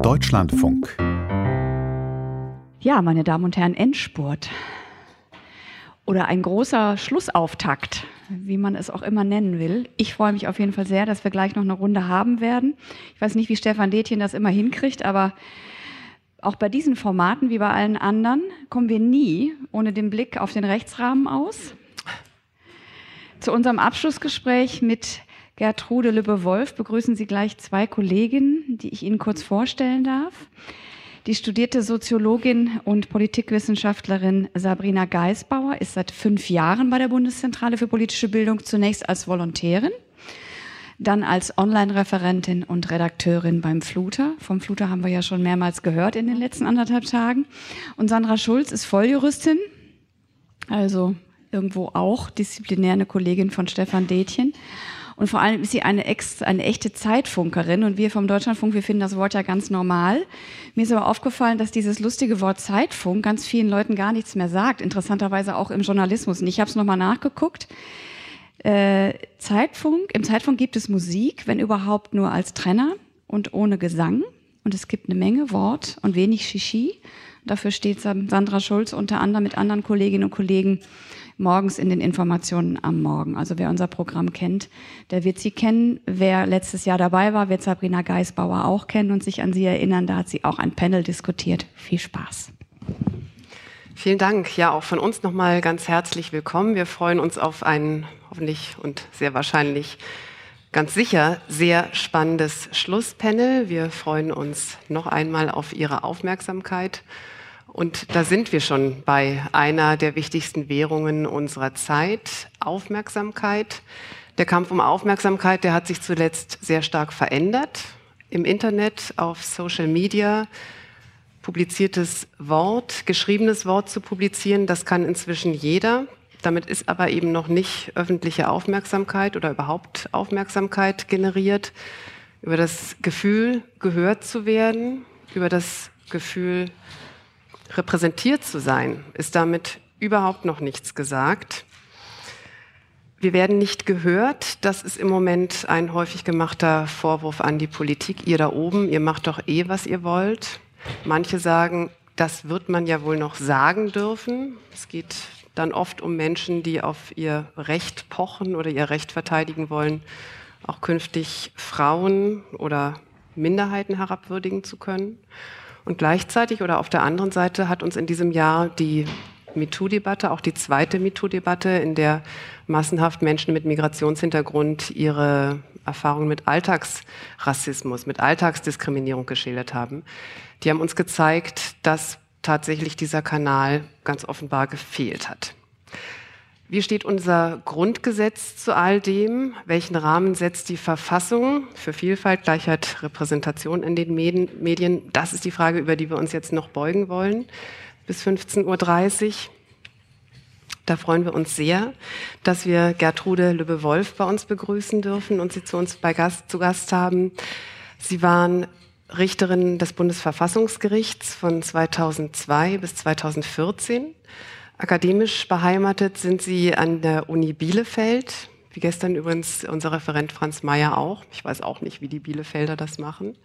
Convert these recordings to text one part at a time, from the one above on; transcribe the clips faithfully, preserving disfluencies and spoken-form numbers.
Deutschlandfunk. Ja, meine Damen und Herren, Endspurt. Oder ein großer Schlussauftakt, wie man es auch immer nennen will. Ich freue mich auf jeden Fall sehr, dass wir gleich noch eine Runde haben werden. Ich weiß nicht, wie Stefan Detjen das immer hinkriegt, aber auch bei diesen Formaten, wie bei allen anderen, kommen wir nie ohne den Blick auf den Rechtsrahmen aus. Zu unserem Abschlussgespräch mit Gertrude Lübbe-Wolf begrüßen Sie gleich zwei Kolleginnen, die ich Ihnen kurz vorstellen darf. Die studierte Soziologin und Politikwissenschaftlerin Sabrina Geisbauer ist seit fünf Jahren bei der Bundeszentrale für politische Bildung, zunächst als Volontärin, dann als Online-Referentin und Redakteurin beim Fluter. Vom Fluter haben wir ja schon mehrmals gehört in den letzten anderthalb Tagen. Und Sandra Schulz ist Volljuristin, also irgendwo auch disziplinär eine Kollegin von Stefan Detjen. Und vor allem ist sie eine, ex, eine echte Zeitfunkerin. Und wir vom Deutschlandfunk, wir finden das Wort ja ganz normal. Mir ist aber aufgefallen, dass dieses lustige Wort Zeitfunk ganz vielen Leuten gar nichts mehr sagt. Interessanterweise auch im Journalismus. Und ich habe es nochmal nachgeguckt. Äh, Zeitfunk, im Zeitfunk gibt es Musik, wenn überhaupt nur als Trenner und ohne Gesang. Und es gibt eine Menge Wort und wenig Shishi. Dafür steht Sandra Schulz unter anderem mit anderen Kolleginnen und Kollegen morgens in den Informationen am Morgen. Also wer unser Programm kennt, der wird sie kennen. Wer letztes Jahr dabei war, wird Sabrina Geisbauer auch kennen und sich an sie erinnern. Da hat sie auch ein Panel diskutiert. Viel Spaß. Vielen Dank. Ja, auch von uns nochmal ganz herzlich willkommen. Wir freuen uns auf ein hoffentlich und sehr wahrscheinlich ganz sicher sehr spannendes Schlusspanel. Wir freuen uns noch einmal auf Ihre Aufmerksamkeit. Und da sind wir schon bei einer der wichtigsten Währungen unserer Zeit, Aufmerksamkeit. Der Kampf um Aufmerksamkeit, der hat sich zuletzt sehr stark verändert. Im Internet, auf Social Media, publiziertes Wort, geschriebenes Wort zu publizieren, das kann inzwischen jeder. Damit ist aber eben noch nicht öffentliche Aufmerksamkeit oder überhaupt Aufmerksamkeit generiert. Über das Gefühl, gehört zu werden, über das Gefühl, repräsentiert zu sein, ist damit überhaupt noch nichts gesagt. Wir werden nicht gehört. Das ist im Moment ein häufig gemachter Vorwurf an die Politik. Ihr da oben, ihr macht doch eh, was ihr wollt. Manche sagen, das wird man ja wohl noch sagen dürfen. Es geht dann oft um Menschen, die auf ihr Recht pochen oder ihr Recht verteidigen wollen, auch künftig Frauen oder Minderheiten herabwürdigen zu können. Und gleichzeitig oder auf der anderen Seite hat uns in diesem Jahr die MeToo-Debatte, auch die zweite MeToo-Debatte, in der massenhaft Menschen mit Migrationshintergrund ihre Erfahrungen mit Alltagsrassismus, mit Alltagsdiskriminierung geschildert haben, die haben uns gezeigt, dass tatsächlich dieser Kanal ganz offenbar gefehlt hat. Wie steht unser Grundgesetz zu all dem? Welchen Rahmen setzt die Verfassung für Vielfalt, Gleichheit, Repräsentation in den Medien? Das ist die Frage, über die wir uns jetzt noch beugen wollen, bis fünfzehn Uhr dreißig. Da freuen wir uns sehr, dass wir Gertrude Lübbe-Wolf bei uns begrüßen dürfen und Sie zu uns bei Gast, zu Gast haben. Sie waren Richterin des Bundesverfassungsgerichts von zweitausendzwei bis zweitausendvierzehn. Akademisch beheimatet sind Sie an der Uni Bielefeld, wie gestern übrigens unser Referent Franz Mayer auch. Ich weiß auch nicht, wie die Bielefelder das machen.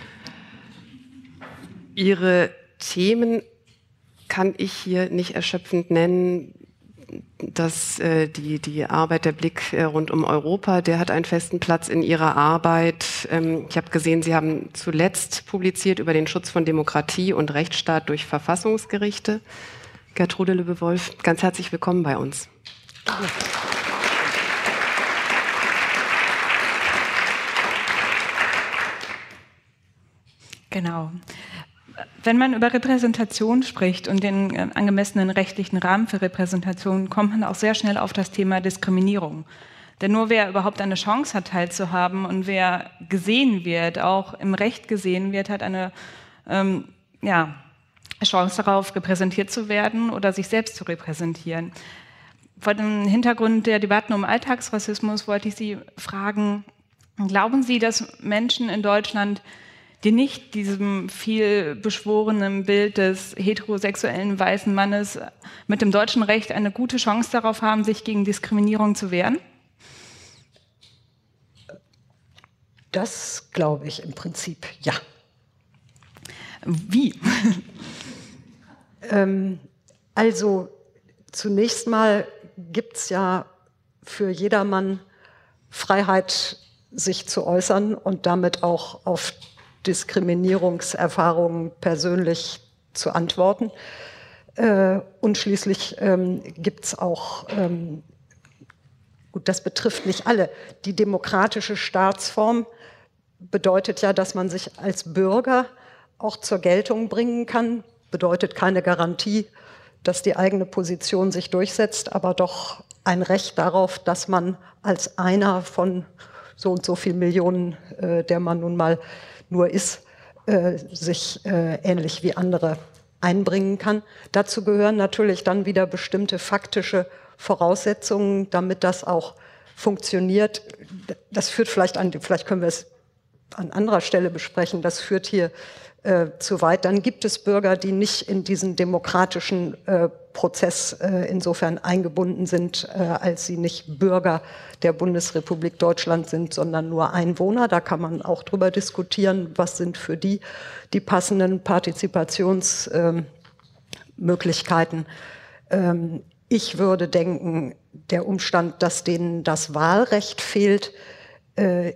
Ihre Themen kann ich hier nicht erschöpfend nennen. Das, äh, die, die Arbeit, der Blick äh, rund um Europa, der hat einen festen Platz in Ihrer Arbeit. Ähm, ich habe gesehen, Sie haben zuletzt publiziert über den Schutz von Demokratie und Rechtsstaat durch Verfassungsgerichte. Gertrude Lübbe-Wolf, ganz herzlich willkommen bei uns. Genau. Wenn man über Repräsentation spricht und den äh, angemessenen rechtlichen Rahmen für Repräsentation, kommt man auch sehr schnell auf das Thema Diskriminierung. Denn nur wer überhaupt eine Chance hat, teilzuhaben und wer gesehen wird, auch im Recht gesehen wird, hat eine ähm, ja, Chance darauf, repräsentiert zu werden oder sich selbst zu repräsentieren. Vor dem Hintergrund der Debatten um Alltagsrassismus wollte ich Sie fragen, glauben Sie, dass Menschen in Deutschland, die nicht diesem viel beschworenen Bild des heterosexuellen weißen Mannes mit dem deutschen Recht eine gute Chance darauf haben, sich gegen Diskriminierung zu wehren? Das glaube ich im Prinzip, ja. Wie? ähm, also zunächst mal gibt es ja für jedermann Freiheit, sich zu äußern und damit auch auf Diskriminierungserfahrungen persönlich zu antworten. Äh, und schließlich ähm, gibt es auch, ähm, gut, das betrifft nicht alle, die demokratische Staatsform bedeutet ja, dass man sich als Bürger auch zur Geltung bringen kann, bedeutet keine Garantie, dass die eigene Position sich durchsetzt, aber doch ein Recht darauf, dass man als einer von so und so vielen Millionen, äh, der man nun mal nur ist, äh, sich äh, ähnlich wie andere einbringen kann. Dazu gehören natürlich dann wieder bestimmte faktische Voraussetzungen, damit das auch funktioniert. Das führt vielleicht an, vielleicht können wir es an anderer Stelle besprechen, das führt hier äh, zu weit. Dann gibt es Bürger, die nicht in diesen demokratischen äh, Prozess äh, insofern eingebunden sind, äh, als sie nicht Bürger der Bundesrepublik Deutschland sind, sondern nur Einwohner. Da kann man auch drüber diskutieren, was sind für die die passenden Partizipationsmöglichkeiten. Ähm, ich würde denken, der Umstand, dass denen das Wahlrecht fehlt, äh,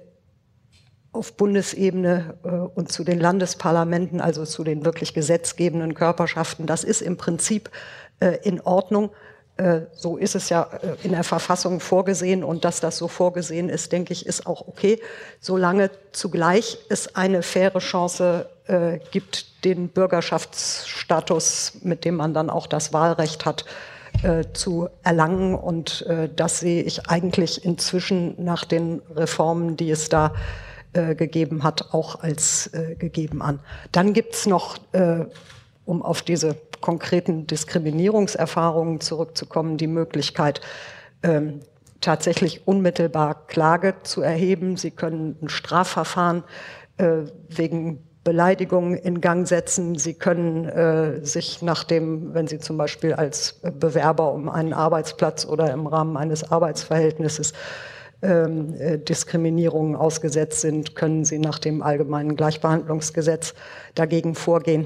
auf Bundesebene äh, und zu den Landesparlamenten, also zu den wirklich gesetzgebenden Körperschaften, das ist im Prinzip äh, in Ordnung. Äh, so ist es ja äh, in der Verfassung vorgesehen und dass das so vorgesehen ist, denke ich, ist auch okay, solange zugleich es eine faire Chance äh, gibt, den Bürgerschaftsstatus, mit dem man dann auch das Wahlrecht hat, äh, zu erlangen. Und äh, das sehe ich eigentlich inzwischen nach den Reformen, die es da Äh, gegeben hat, auch als äh, gegeben an. Dann gibt es noch, äh, um auf diese konkreten Diskriminierungserfahrungen zurückzukommen, die Möglichkeit, ähm, tatsächlich unmittelbar Klage zu erheben. Sie können ein Strafverfahren äh, wegen Beleidigung in Gang setzen. Sie können äh, sich nach dem, wenn Sie zum Beispiel als Bewerber um einen Arbeitsplatz oder im Rahmen eines Arbeitsverhältnisses Ähm, äh, Diskriminierungen ausgesetzt sind, können sie nach dem allgemeinen Gleichbehandlungsgesetz dagegen vorgehen.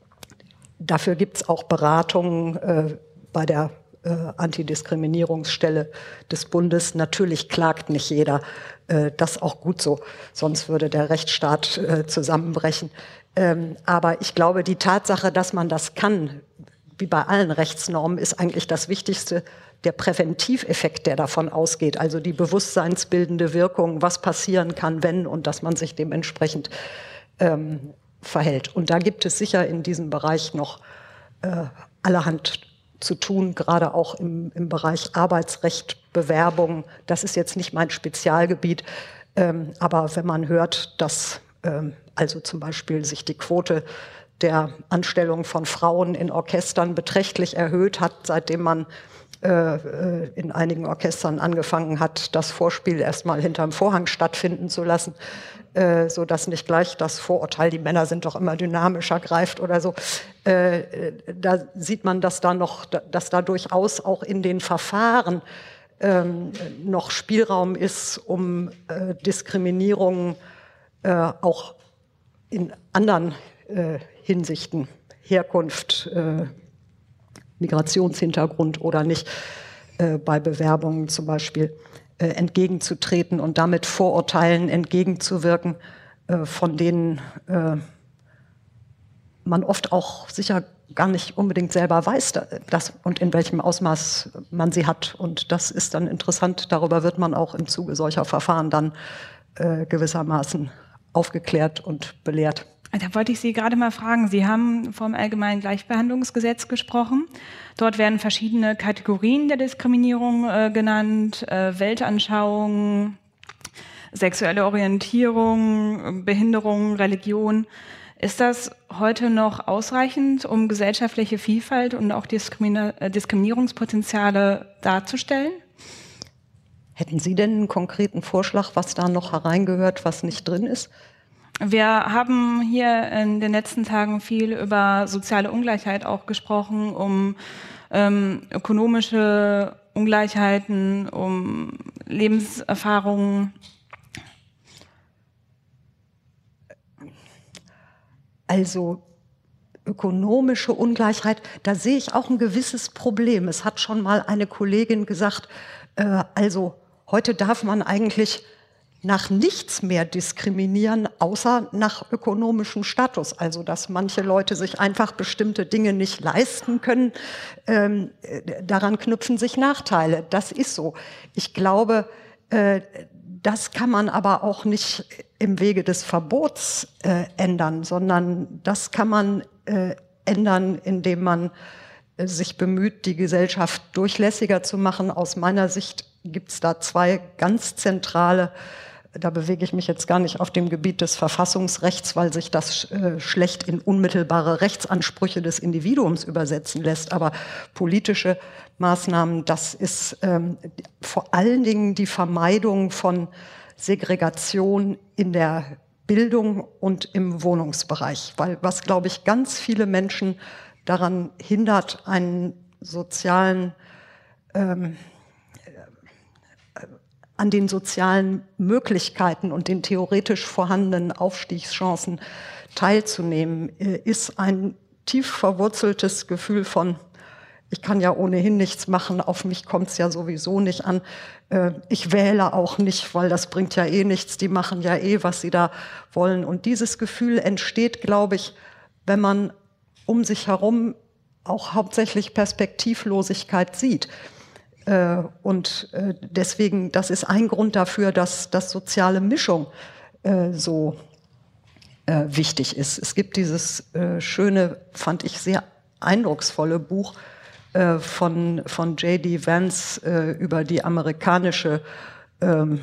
Dafür gibt es auch Beratungen äh, bei der äh, Antidiskriminierungsstelle des Bundes. Natürlich klagt nicht jeder, äh, das auch gut so, sonst würde der Rechtsstaat äh, zusammenbrechen. Ähm, aber ich glaube, die Tatsache, dass man das kann, wie bei allen Rechtsnormen, ist eigentlich das Wichtigste. Der Präventiveffekt, der davon ausgeht, also die bewusstseinsbildende Wirkung, was passieren kann, wenn, und dass man sich dementsprechend ähm, verhält. Und da gibt es sicher in diesem Bereich noch äh, allerhand zu tun, gerade auch im, im Bereich Arbeitsrecht, Bewerbung. Das ist jetzt nicht mein Spezialgebiet, ähm, aber wenn man hört, dass ähm, also zum Beispiel sich die Quote der Anstellung von Frauen in Orchestern beträchtlich erhöht hat, seitdem man in einigen Orchestern angefangen hat, das Vorspiel erstmal hinterm Vorhang stattfinden zu lassen, äh, so dass nicht gleich das Vorurteil, die Männer sind doch immer dynamischer, greift oder so. Äh, da sieht man, dass da noch, dass da durchaus auch in den Verfahren ähm, noch Spielraum ist, um äh, Diskriminierungen äh, auch in anderen äh, Hinsichten, Herkunft, äh, Migrationshintergrund oder nicht, äh, bei Bewerbungen zum Beispiel äh, entgegenzutreten und damit Vorurteilen entgegenzuwirken, äh, von denen äh, man oft auch sicher gar nicht unbedingt selber weiß, dass und in welchem Ausmaß man sie hat. Und das ist dann interessant, darüber wird man auch im Zuge solcher Verfahren dann äh, gewissermaßen aufgeklärt und belehrt. Da wollte ich Sie gerade mal fragen. Sie haben vom Allgemeinen Gleichbehandlungsgesetz gesprochen. Dort werden verschiedene Kategorien der Diskriminierung äh, genannt, äh, Weltanschauung, sexuelle Orientierung, Behinderung, Religion. Ist das heute noch ausreichend, um gesellschaftliche Vielfalt und auch Diskrimi- äh, Diskriminierungspotenziale darzustellen? Hätten Sie denn einen konkreten Vorschlag, was da noch hereingehört, was nicht drin ist? Wir haben hier in den letzten Tagen viel über soziale Ungleichheit auch gesprochen, um ähm, ökonomische Ungleichheiten, um Lebenserfahrungen. Also ökonomische Ungleichheit, da sehe ich auch ein gewisses Problem. Es hat schon mal eine Kollegin gesagt, äh, also heute darf man eigentlich nach nichts mehr diskriminieren, außer nach ökonomischem Status. Also dass manche Leute sich einfach bestimmte Dinge nicht leisten können, ähm, daran knüpfen sich Nachteile. Das ist so. Ich glaube, äh, das kann man aber auch nicht im Wege des Verbots äh, ändern, sondern das kann man äh, ändern, indem man äh, sich bemüht, die Gesellschaft durchlässiger zu machen. Aus meiner Sicht gibt es da zwei ganz zentrale, da bewege ich mich jetzt gar nicht auf dem Gebiet des Verfassungsrechts, weil sich das äh, schlecht in unmittelbare Rechtsansprüche des Individuums übersetzen lässt. Aber politische Maßnahmen, das ist ähm, vor allen Dingen die Vermeidung von Segregation in der Bildung und im Wohnungsbereich. Weil was, glaube ich, ganz viele Menschen daran hindert, einen sozialen ähm, an den sozialen Möglichkeiten und den theoretisch vorhandenen Aufstiegschancen teilzunehmen, ist ein tief verwurzeltes Gefühl von, ich kann ja ohnehin nichts machen, auf mich kommt es ja sowieso nicht an. Ich wähle auch nicht, weil das bringt ja eh nichts, die machen ja eh, was sie da wollen. Und dieses Gefühl entsteht, glaube ich, wenn man um sich herum auch hauptsächlich Perspektivlosigkeit sieht. Und deswegen, das ist ein Grund dafür, dass, dass soziale Mischung so wichtig ist. Es gibt dieses schöne, fand ich sehr eindrucksvolle Buch von, von J D Vance über die amerikanische ähm,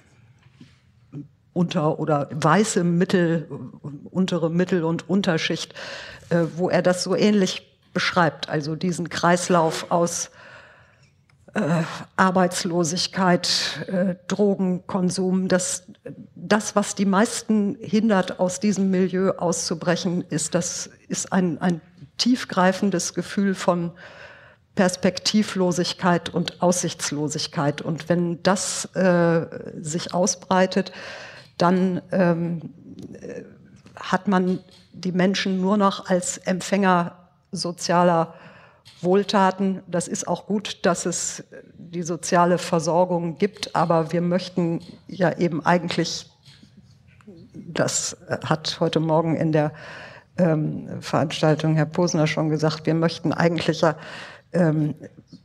unter- oder weiße Mittel, untere Mittel- und Unterschicht, wo er das so ähnlich beschreibt, also diesen Kreislauf aus Äh, Arbeitslosigkeit, äh, Drogenkonsum, das, das, was die meisten hindert, aus diesem Milieu auszubrechen, ist, das ist ein, ein tiefgreifendes Gefühl von Perspektivlosigkeit und Aussichtslosigkeit. Und wenn das äh, sich ausbreitet, dann ähm, hat man die Menschen nur noch als Empfänger sozialer Wohltaten. Das ist auch gut, dass es die soziale Versorgung gibt, aber wir möchten ja eben eigentlich, das hat heute Morgen in der ähm, Veranstaltung Herr Posner schon gesagt, wir möchten eigentlich ja ähm,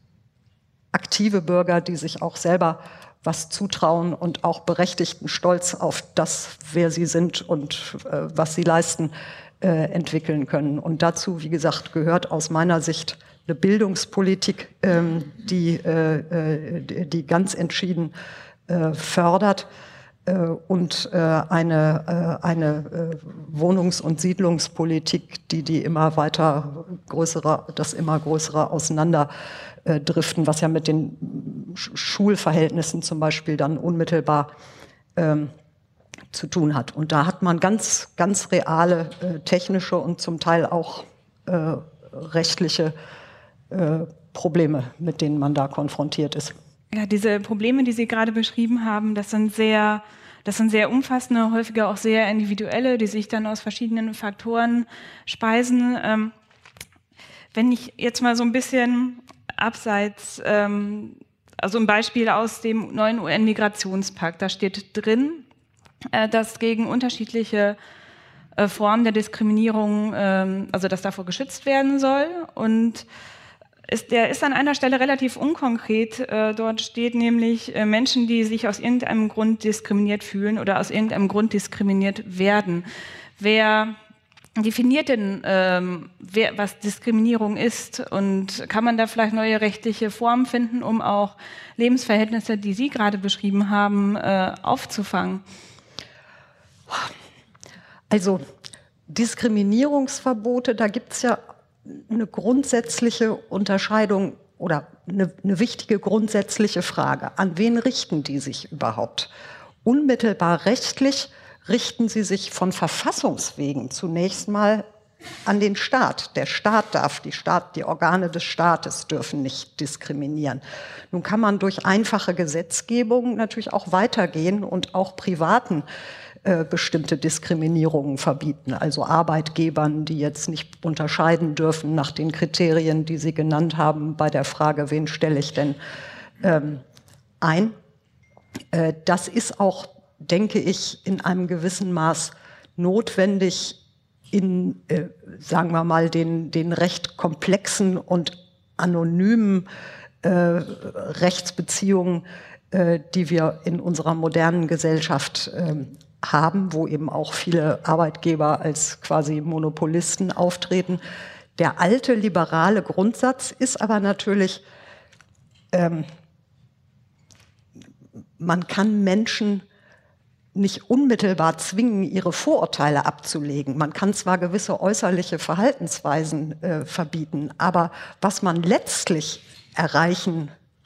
aktive Bürger, die sich auch selber was zutrauen und auch berechtigten Stolz auf das, wer sie sind und äh, was sie leisten, äh, entwickeln können. Und dazu, wie gesagt, gehört aus meiner Sicht eine Bildungspolitik, ähm, die, äh, die ganz entschieden äh, fördert äh, und äh, eine, äh, eine äh, Wohnungs- und Siedlungspolitik, die die immer weiter größere, das immer größere Auseinanderdriften, was ja mit den Schulverhältnissen zum Beispiel dann unmittelbar ähm, zu tun hat. Und da hat man ganz, ganz reale äh, technische und zum Teil auch äh, rechtliche Äh, Probleme, mit denen man da konfrontiert ist. Ja, diese Probleme, die Sie gerade beschrieben haben, das sind sehr, das sind sehr umfassende, häufiger auch sehr individuelle, die sich dann aus verschiedenen Faktoren speisen. Ähm, wenn ich jetzt mal so ein bisschen abseits, ähm, also ein Beispiel aus dem neuen U N-Migrationspakt, da steht drin, äh, dass gegen unterschiedliche äh, Formen der Diskriminierung, äh, also dass davor geschützt werden soll. Und Ist, der ist an einer Stelle relativ unkonkret. Äh, dort steht nämlich äh, Menschen, die sich aus irgendeinem Grund diskriminiert fühlen oder aus irgendeinem Grund diskriminiert werden. Wer definiert denn, ähm, wer, was Diskriminierung ist? Und kann man da vielleicht neue rechtliche Formen finden, um auch Lebensverhältnisse, die Sie gerade beschrieben haben, äh, aufzufangen? Also Diskriminierungsverbote, da gibt es ja eine grundsätzliche Unterscheidung oder eine, eine wichtige grundsätzliche Frage. An wen richten die sich überhaupt? Unmittelbar rechtlich richten sie sich von Verfassungswegen zunächst mal an den Staat. Der Staat darf, die, Staat, die Organe des Staates dürfen nicht diskriminieren. Nun kann man durch einfache Gesetzgebung natürlich auch weitergehen und auch privaten äh, bestimmte Diskriminierungen verbieten. Also Arbeitgebern, die jetzt nicht unterscheiden dürfen nach den Kriterien, die Sie genannt haben, bei der Frage, wen stelle ich denn ähm, ein. Äh, das ist auch, denke ich, in einem gewissen Maß notwendig in, äh, sagen wir mal, den, den recht komplexen und anonymen äh, Rechtsbeziehungen, äh, die wir in unserer modernen Gesellschaft äh, haben, wo eben auch viele Arbeitgeber als quasi Monopolisten auftreten. Der alte liberale Grundsatz ist aber natürlich, ähm, man kann Menschen nicht unmittelbar zwingen, ihre Vorurteile abzulegen. Man kann zwar gewisse äußerliche Verhaltensweisen äh, verbieten, aber was man letztlich erreichen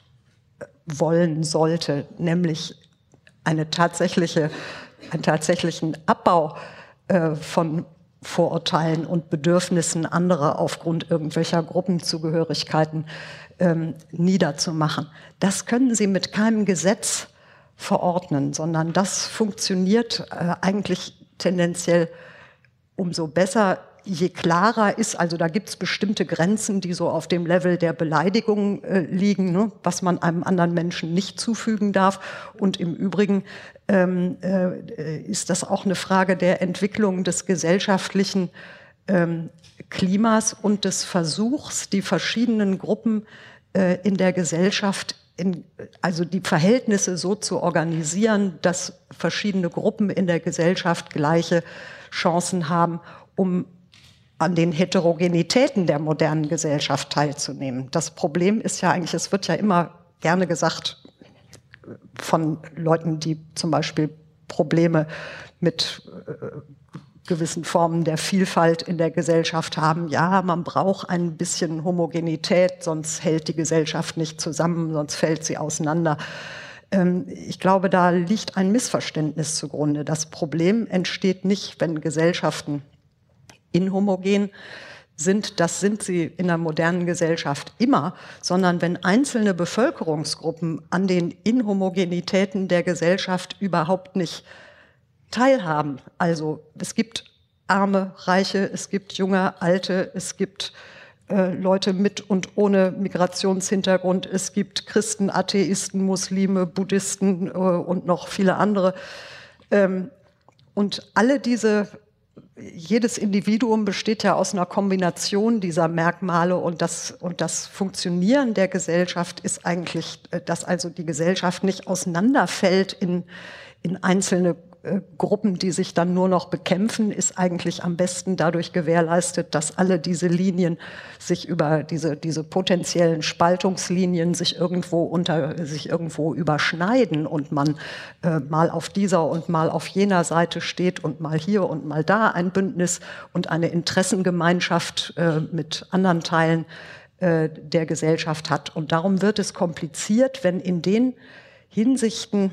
wollen sollte, nämlich eine tatsächliche, einen tatsächlichen Abbau äh, von Vorurteilen und Bedürfnissen anderer aufgrund irgendwelcher Gruppenzugehörigkeiten ähm, niederzumachen. Das können Sie mit keinem Gesetz verordnen, sondern das funktioniert äh, eigentlich tendenziell umso besser, je klarer ist, also da gibt es bestimmte Grenzen, die so auf dem Level der Beleidigung äh, liegen, ne, was man einem anderen Menschen nicht zufügen darf. Und im Übrigen ähm, äh, ist das auch eine Frage der Entwicklung des gesellschaftlichen ähm, Klimas und des Versuchs, die verschiedenen Gruppen äh, in der Gesellschaft In, also die Verhältnisse so zu organisieren, dass verschiedene Gruppen in der Gesellschaft gleiche Chancen haben, um an den Heterogenitäten der modernen Gesellschaft teilzunehmen. Das Problem ist ja eigentlich, es wird ja immer gerne gesagt von Leuten, die zum Beispiel Probleme mit äh, gewissen Formen der Vielfalt in der Gesellschaft haben. Ja, man braucht ein bisschen Homogenität, sonst hält die Gesellschaft nicht zusammen, sonst fällt sie auseinander. Ähm, ich glaube, da liegt ein Missverständnis zugrunde. Das Problem entsteht nicht, wenn Gesellschaften inhomogen sind, das sind sie in der modernen Gesellschaft immer, sondern wenn einzelne Bevölkerungsgruppen an den Inhomogenitäten der Gesellschaft überhaupt nicht teilhaben. Also es gibt Arme, Reiche, es gibt Junge, Alte, es gibt äh, Leute mit und ohne Migrationshintergrund, es gibt Christen, Atheisten, Muslime, Buddhisten äh, und noch viele andere. Ähm, und alle diese, jedes Individuum besteht ja aus einer Kombination dieser Merkmale und das, und das Funktionieren der Gesellschaft ist eigentlich, dass also die Gesellschaft nicht auseinanderfällt in, in einzelne Gruppen, die sich dann nur noch bekämpfen, ist eigentlich am besten dadurch gewährleistet, dass alle diese Linien sich über diese, diese potenziellen Spaltungslinien sich irgendwo unter, sich irgendwo überschneiden und man äh, mal auf dieser und mal auf jener Seite steht und mal hier und mal da ein Bündnis und eine Interessengemeinschaft äh, mit anderen Teilen äh, der Gesellschaft hat. Und darum wird es kompliziert, wenn in den Hinsichten,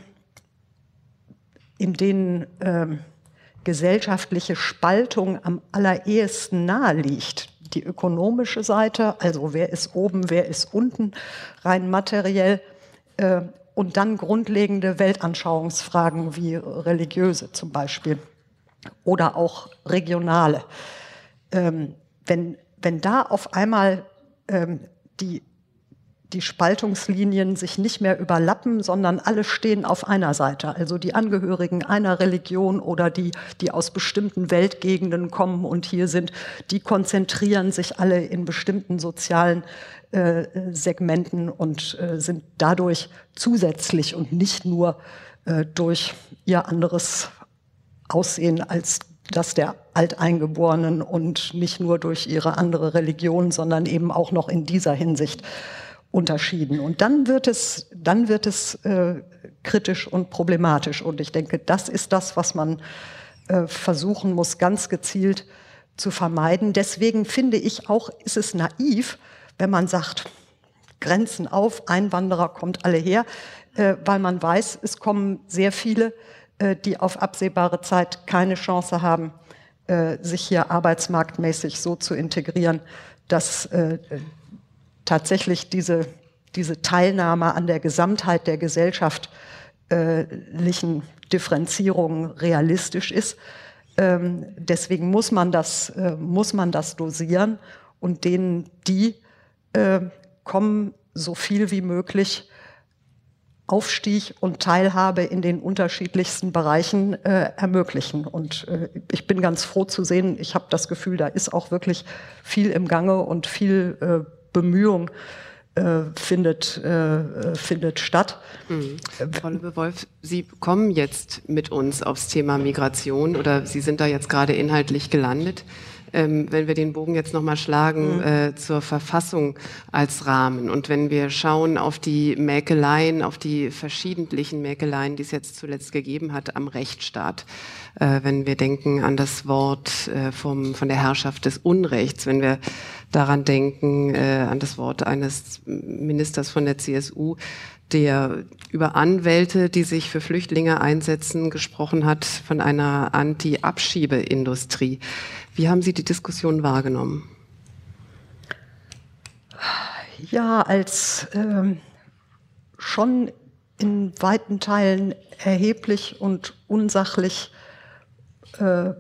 in denen ähm, gesellschaftliche Spaltung am allerehesten nahe liegt. Die ökonomische Seite, also wer ist oben, wer ist unten, rein materiell, äh, und dann grundlegende Weltanschauungsfragen wie religiöse zum Beispiel oder auch regionale. Ähm, wenn, wenn da auf einmal ähm, die die Spaltungslinien sich nicht mehr überlappen, sondern alle stehen auf einer Seite. Also die Angehörigen einer Religion oder die, die aus bestimmten Weltgegenden kommen und hier sind, die konzentrieren sich alle in bestimmten sozialen äh, Segmenten und äh, sind dadurch zusätzlich und nicht nur äh, durch ihr anderes Aussehen als das der Alteingeborenen und nicht nur durch ihre andere Religion, sondern eben auch noch in dieser Hinsicht unterschieden. Und dann wird es, dann wird es äh, kritisch und problematisch. Und ich denke, das ist das, was man äh, versuchen muss, ganz gezielt zu vermeiden. Deswegen finde ich auch, ist es naiv, wenn man sagt, Grenzen auf, Einwanderer kommt alle her, äh, weil man weiß, es kommen sehr viele, äh, die auf absehbare Zeit keine Chance haben, äh, sich hier arbeitsmarktmäßig so zu integrieren, dass äh, tatsächlich diese, diese Teilnahme an der Gesamtheit der gesellschaftlichen Differenzierung realistisch ist. Ähm, deswegen muss man das, äh, muss man das dosieren und denen, die äh, kommen, so viel wie möglich Aufstieg und Teilhabe in den unterschiedlichsten Bereichen äh, ermöglichen. Und äh, ich bin ganz froh zu sehen, ich habe das Gefühl, da ist auch wirklich viel im Gange und viel äh, Bemühung äh, findet, äh, findet statt. Mhm. Frau Löwe-Wolf, Sie kommen jetzt mit uns aufs Thema Migration oder Sie sind da jetzt gerade inhaltlich gelandet. Ähm, wenn wir den Bogen jetzt nochmal schlagen mhm. äh, zur Verfassung als Rahmen und wenn wir schauen auf die Mäkeleien, auf die verschiedentlichen Mäkeleien, die es jetzt zuletzt gegeben hat am Rechtsstaat, äh, wenn wir denken an das Wort äh, vom, von der Herrschaft des Unrechts, wenn wir daran denken, äh, an das Wort eines Ministers von der C S U, der über Anwälte, die sich für Flüchtlinge einsetzen, gesprochen hat, von einer Anti-Abschiebeindustrie. Wie haben Sie die Diskussion wahrgenommen? Ja, als ähm, schon in weiten Teilen erheblich und unsachlich äh,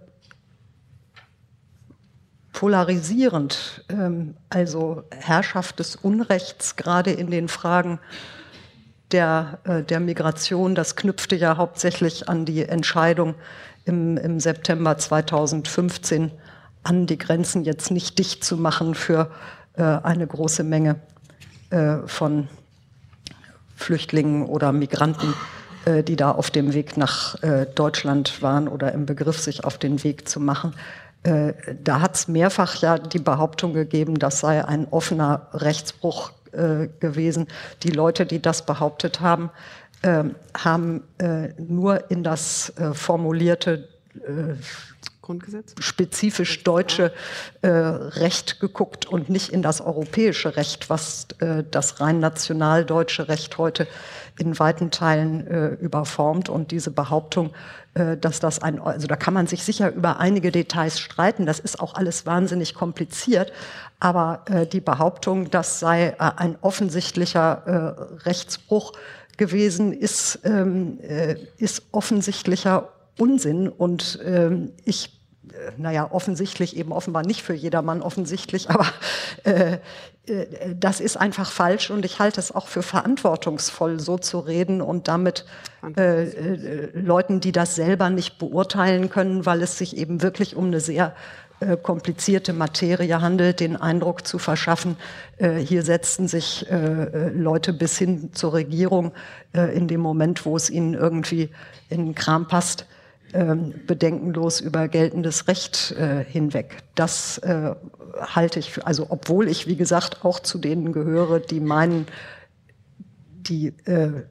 polarisierend, ähm, also Herrschaft des Unrechts, gerade in den Fragen der, äh, der Migration, das knüpfte ja hauptsächlich an die Entscheidung im, im September zweitausendfünfzehn an, die Grenzen jetzt nicht dicht zu machen für äh, eine große Menge äh, von Flüchtlingen oder Migranten, äh, die da auf dem Weg nach äh, Deutschland waren oder im Begriff, sich auf den Weg zu machen. Äh, da hat es mehrfach ja die Behauptung gegeben, das sei ein offener Rechtsbruch äh, gewesen. Die Leute, die das behauptet haben, äh, haben äh, nur in das äh, formulierte äh, Grundgesetz? spezifisch deutsche äh, Recht geguckt und nicht in das europäische Recht, was äh, das rein nationaldeutsche Recht heute in weiten Teilen äh, überformt. Und diese Behauptung, äh, dass das ein, also da kann man sich sicher über einige Details streiten, das ist auch alles wahnsinnig kompliziert, aber äh, die Behauptung, das sei äh, ein offensichtlicher äh, Rechtsbruch gewesen, ist, ähm, äh, ist offensichtlicher Unsinn und ähm, ich, äh, naja, offensichtlich eben offenbar nicht für jedermann offensichtlich, aber äh, äh, das ist einfach falsch und ich halte es auch für verantwortungsvoll, so zu reden und damit äh, äh, Leuten, die das selber nicht beurteilen können, weil es sich eben wirklich um eine sehr äh, komplizierte Materie handelt, den Eindruck zu verschaffen, äh, hier setzen sich äh, Leute bis hin zur Regierung äh, in dem Moment, wo es ihnen irgendwie in den Kram passt, bedenkenlos über geltendes Recht äh, hinweg. Das äh, halte ich für, also obwohl ich, wie gesagt, auch zu denen gehöre, die meinen, die, äh, äh,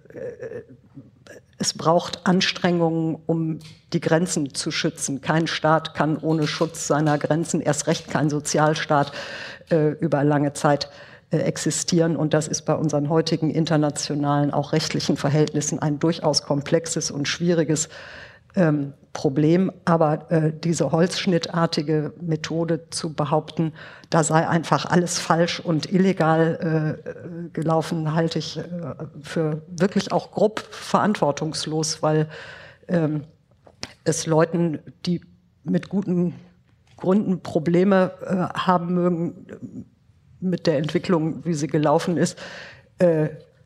es braucht Anstrengungen, um die Grenzen zu schützen. Kein Staat kann ohne Schutz seiner Grenzen, erst recht kein Sozialstaat, äh, über lange Zeit äh, existieren. Und das ist bei unseren heutigen internationalen, auch rechtlichen Verhältnissen ein durchaus komplexes und schwieriges Ähm, Problem, aber äh, diese holzschnittartige Methode zu behaupten, da sei einfach alles falsch und illegal äh, gelaufen, halte ich äh, für wirklich auch grob verantwortungslos, weil ähm, es Leuten, die mit guten Gründen Probleme äh, haben mögen mit der Entwicklung, wie sie gelaufen ist, äh,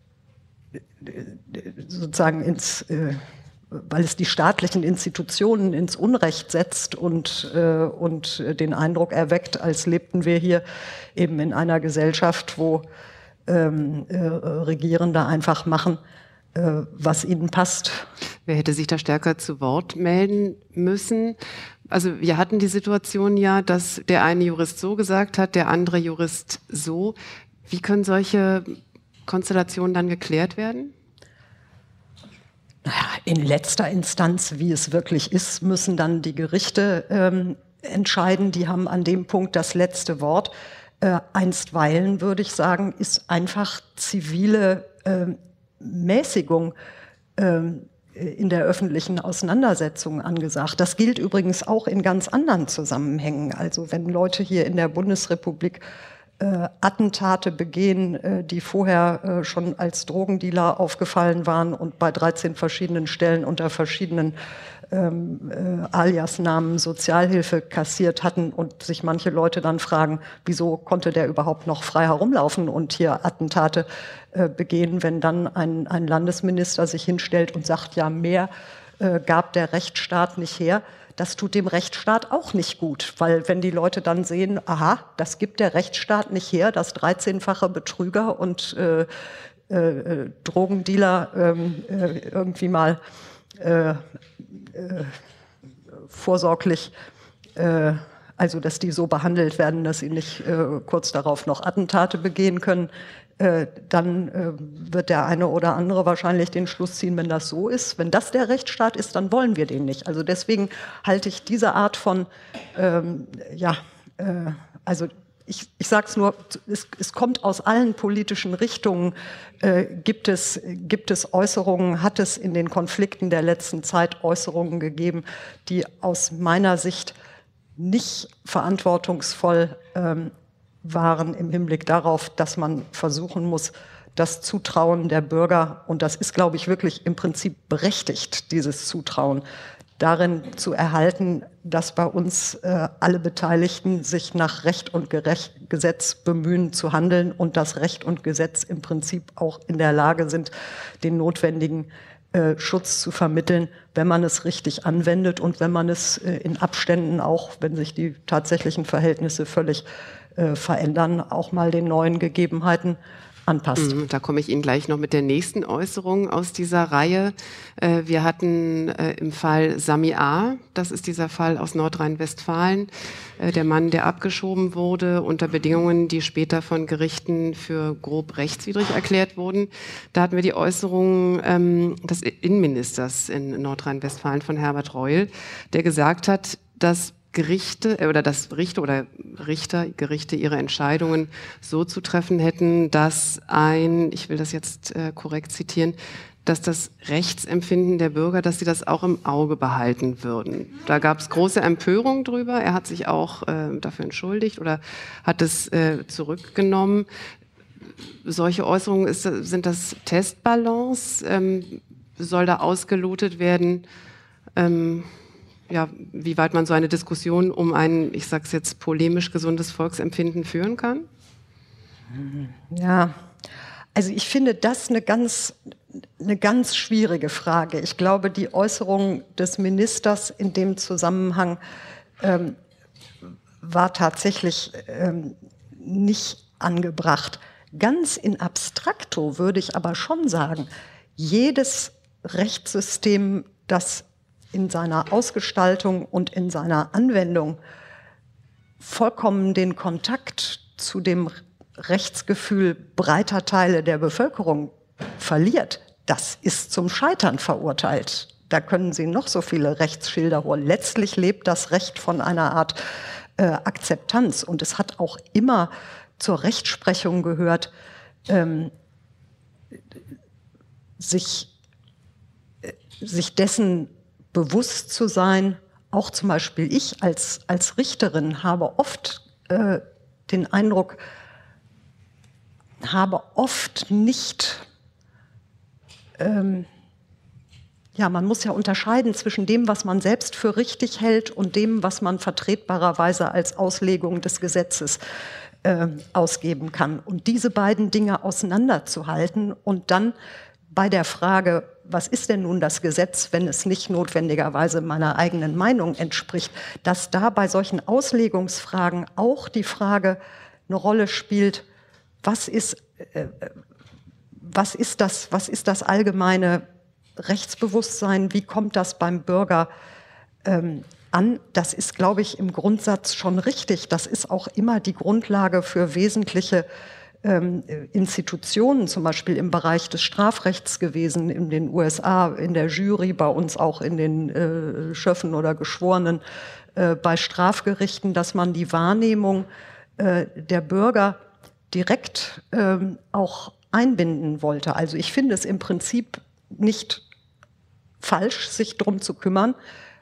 sozusagen ins äh, weil es die staatlichen Institutionen ins Unrecht setzt und, äh, und den Eindruck erweckt, als lebten wir hier eben in einer Gesellschaft, wo ähm, äh, Regierende einfach machen, äh, was ihnen passt. Wer hätte sich da stärker zu Wort melden müssen? Also wir hatten die Situation ja, dass der eine Jurist so gesagt hat, der andere Jurist so. Wie können solche Konstellationen dann geklärt werden? Naja, in letzter Instanz, wie es wirklich ist, müssen dann die Gerichte ähm, entscheiden. Die haben an dem Punkt das letzte Wort. Äh, einstweilen, würde ich sagen, ist einfach zivile äh, Mäßigung äh, in der öffentlichen Auseinandersetzung angesagt. Das gilt übrigens auch in ganz anderen Zusammenhängen. Also wenn Leute hier in der Bundesrepublik äh, Attentate begehen, äh, die vorher äh, schon als Drogendealer aufgefallen waren und bei dreizehn verschiedenen Stellen unter verschiedenen ähm, äh, Aliasnamen Sozialhilfe kassiert hatten und sich manche Leute dann fragen, wieso konnte der überhaupt noch frei herumlaufen und hier Attentate äh, begehen, wenn dann ein, ein Landesminister sich hinstellt und sagt, ja, mehr äh, gab der Rechtsstaat nicht her. Das tut dem Rechtsstaat auch nicht gut, weil wenn die Leute dann sehen, aha, das gibt der Rechtsstaat nicht her, dass dreizehnfache Betrüger und äh, äh, Drogendealer ähm, äh, irgendwie mal äh, äh, vorsorglich, äh, also dass die so behandelt werden, dass sie nicht äh, kurz darauf noch Attentate begehen können, äh, dann äh, wird der eine oder andere wahrscheinlich den Schluss ziehen, wenn das so ist. Wenn das der Rechtsstaat ist, dann wollen wir den nicht. Also deswegen halte ich diese Art von, ähm, ja, äh, also ich, ich sage es nur, es, es kommt aus allen politischen Richtungen, äh, gibt es, gibt es Äußerungen, hat es in den Konflikten der letzten Zeit Äußerungen gegeben, die aus meiner Sicht nicht verantwortungsvoll ähm, waren im Hinblick darauf, dass man versuchen muss, das Zutrauen der Bürger, und das ist, glaube ich, wirklich im Prinzip berechtigt, dieses Zutrauen, darin zu erhalten, dass bei uns äh, alle Beteiligten sich nach Recht und Gerecht, Gesetz bemühen zu handeln und dass Recht und Gesetz im Prinzip auch in der Lage sind, den notwendigen äh, Schutz zu vermitteln, wenn man es richtig anwendet und wenn man es äh, in Abständen auch, wenn sich die tatsächlichen Verhältnisse völlig äh, verändern, auch mal den neuen Gegebenheiten anpasst. Da komme ich Ihnen gleich noch mit der nächsten Äußerung aus dieser Reihe. Wir hatten im Fall Sami A., das ist dieser Fall aus Nordrhein-Westfalen, der Mann, der abgeschoben wurde unter Bedingungen, die später von Gerichten für grob rechtswidrig erklärt wurden. Da hatten wir die Äußerung des Innenministers in Nordrhein-Westfalen von Herbert Reul, der gesagt hat, dass Gerichte oder dass Richter oder Richter, Gerichte ihre Entscheidungen so zu treffen hätten, dass ein, ich will das jetzt äh, korrekt zitieren, dass das Rechtsempfinden der Bürger, dass sie das auch im Auge behalten würden. Da gab es große Empörung drüber. Er hat sich auch äh, dafür entschuldigt oder hat es äh, zurückgenommen. Solche Äußerungen, ist, sind das Testballons? Ähm, soll da ausgelotet werden? Ähm, Ja, wie weit man so eine Diskussion um ein, ich sage es jetzt, polemisch gesundes Volksempfinden führen kann? Ja, also ich finde das eine ganz, eine ganz schwierige Frage. Ich glaube, die Äußerung des Ministers in dem Zusammenhang ähm, war tatsächlich ähm, nicht angebracht. Ganz in abstrakto würde ich aber schon sagen, jedes Rechtssystem, das in seiner Ausgestaltung und in seiner Anwendung vollkommen den Kontakt zu dem Rechtsgefühl breiter Teile der Bevölkerung verliert, das ist zum Scheitern verurteilt. Da können Sie noch so viele Rechtsschilder holen. Letztlich lebt das Recht von einer Art äh, Akzeptanz. Und es hat auch immer zur Rechtsprechung gehört, ähm, sich, äh, sich dessen bewusst zu sein. Auch zum Beispiel ich als, als Richterin habe oft äh, den Eindruck, habe oft nicht, ähm, ja, man muss ja unterscheiden zwischen dem, was man selbst für richtig hält und dem, was man vertretbarerweise als Auslegung des Gesetzes äh, ausgeben kann. Und diese beiden Dinge auseinanderzuhalten und dann bei der Frage, was ist denn nun das Gesetz, wenn es nicht notwendigerweise meiner eigenen Meinung entspricht, dass da bei solchen Auslegungsfragen auch die Frage eine Rolle spielt, was ist, äh, was ist das, was ist das allgemeine Rechtsbewusstsein, wie kommt das beim Bürger ähm, an? Das ist, glaube ich, im Grundsatz schon richtig. Das ist auch immer die Grundlage für wesentliche Institutionen, zum Beispiel im Bereich des Strafrechts gewesen, in den U S A, in der Jury, bei uns auch in den äh, Schöffen oder Geschworenen, äh, bei Strafgerichten, dass man die Wahrnehmung äh, der Bürger direkt äh, auch einbinden wollte. Also ich finde es im Prinzip nicht falsch, sich darum zu kümmern,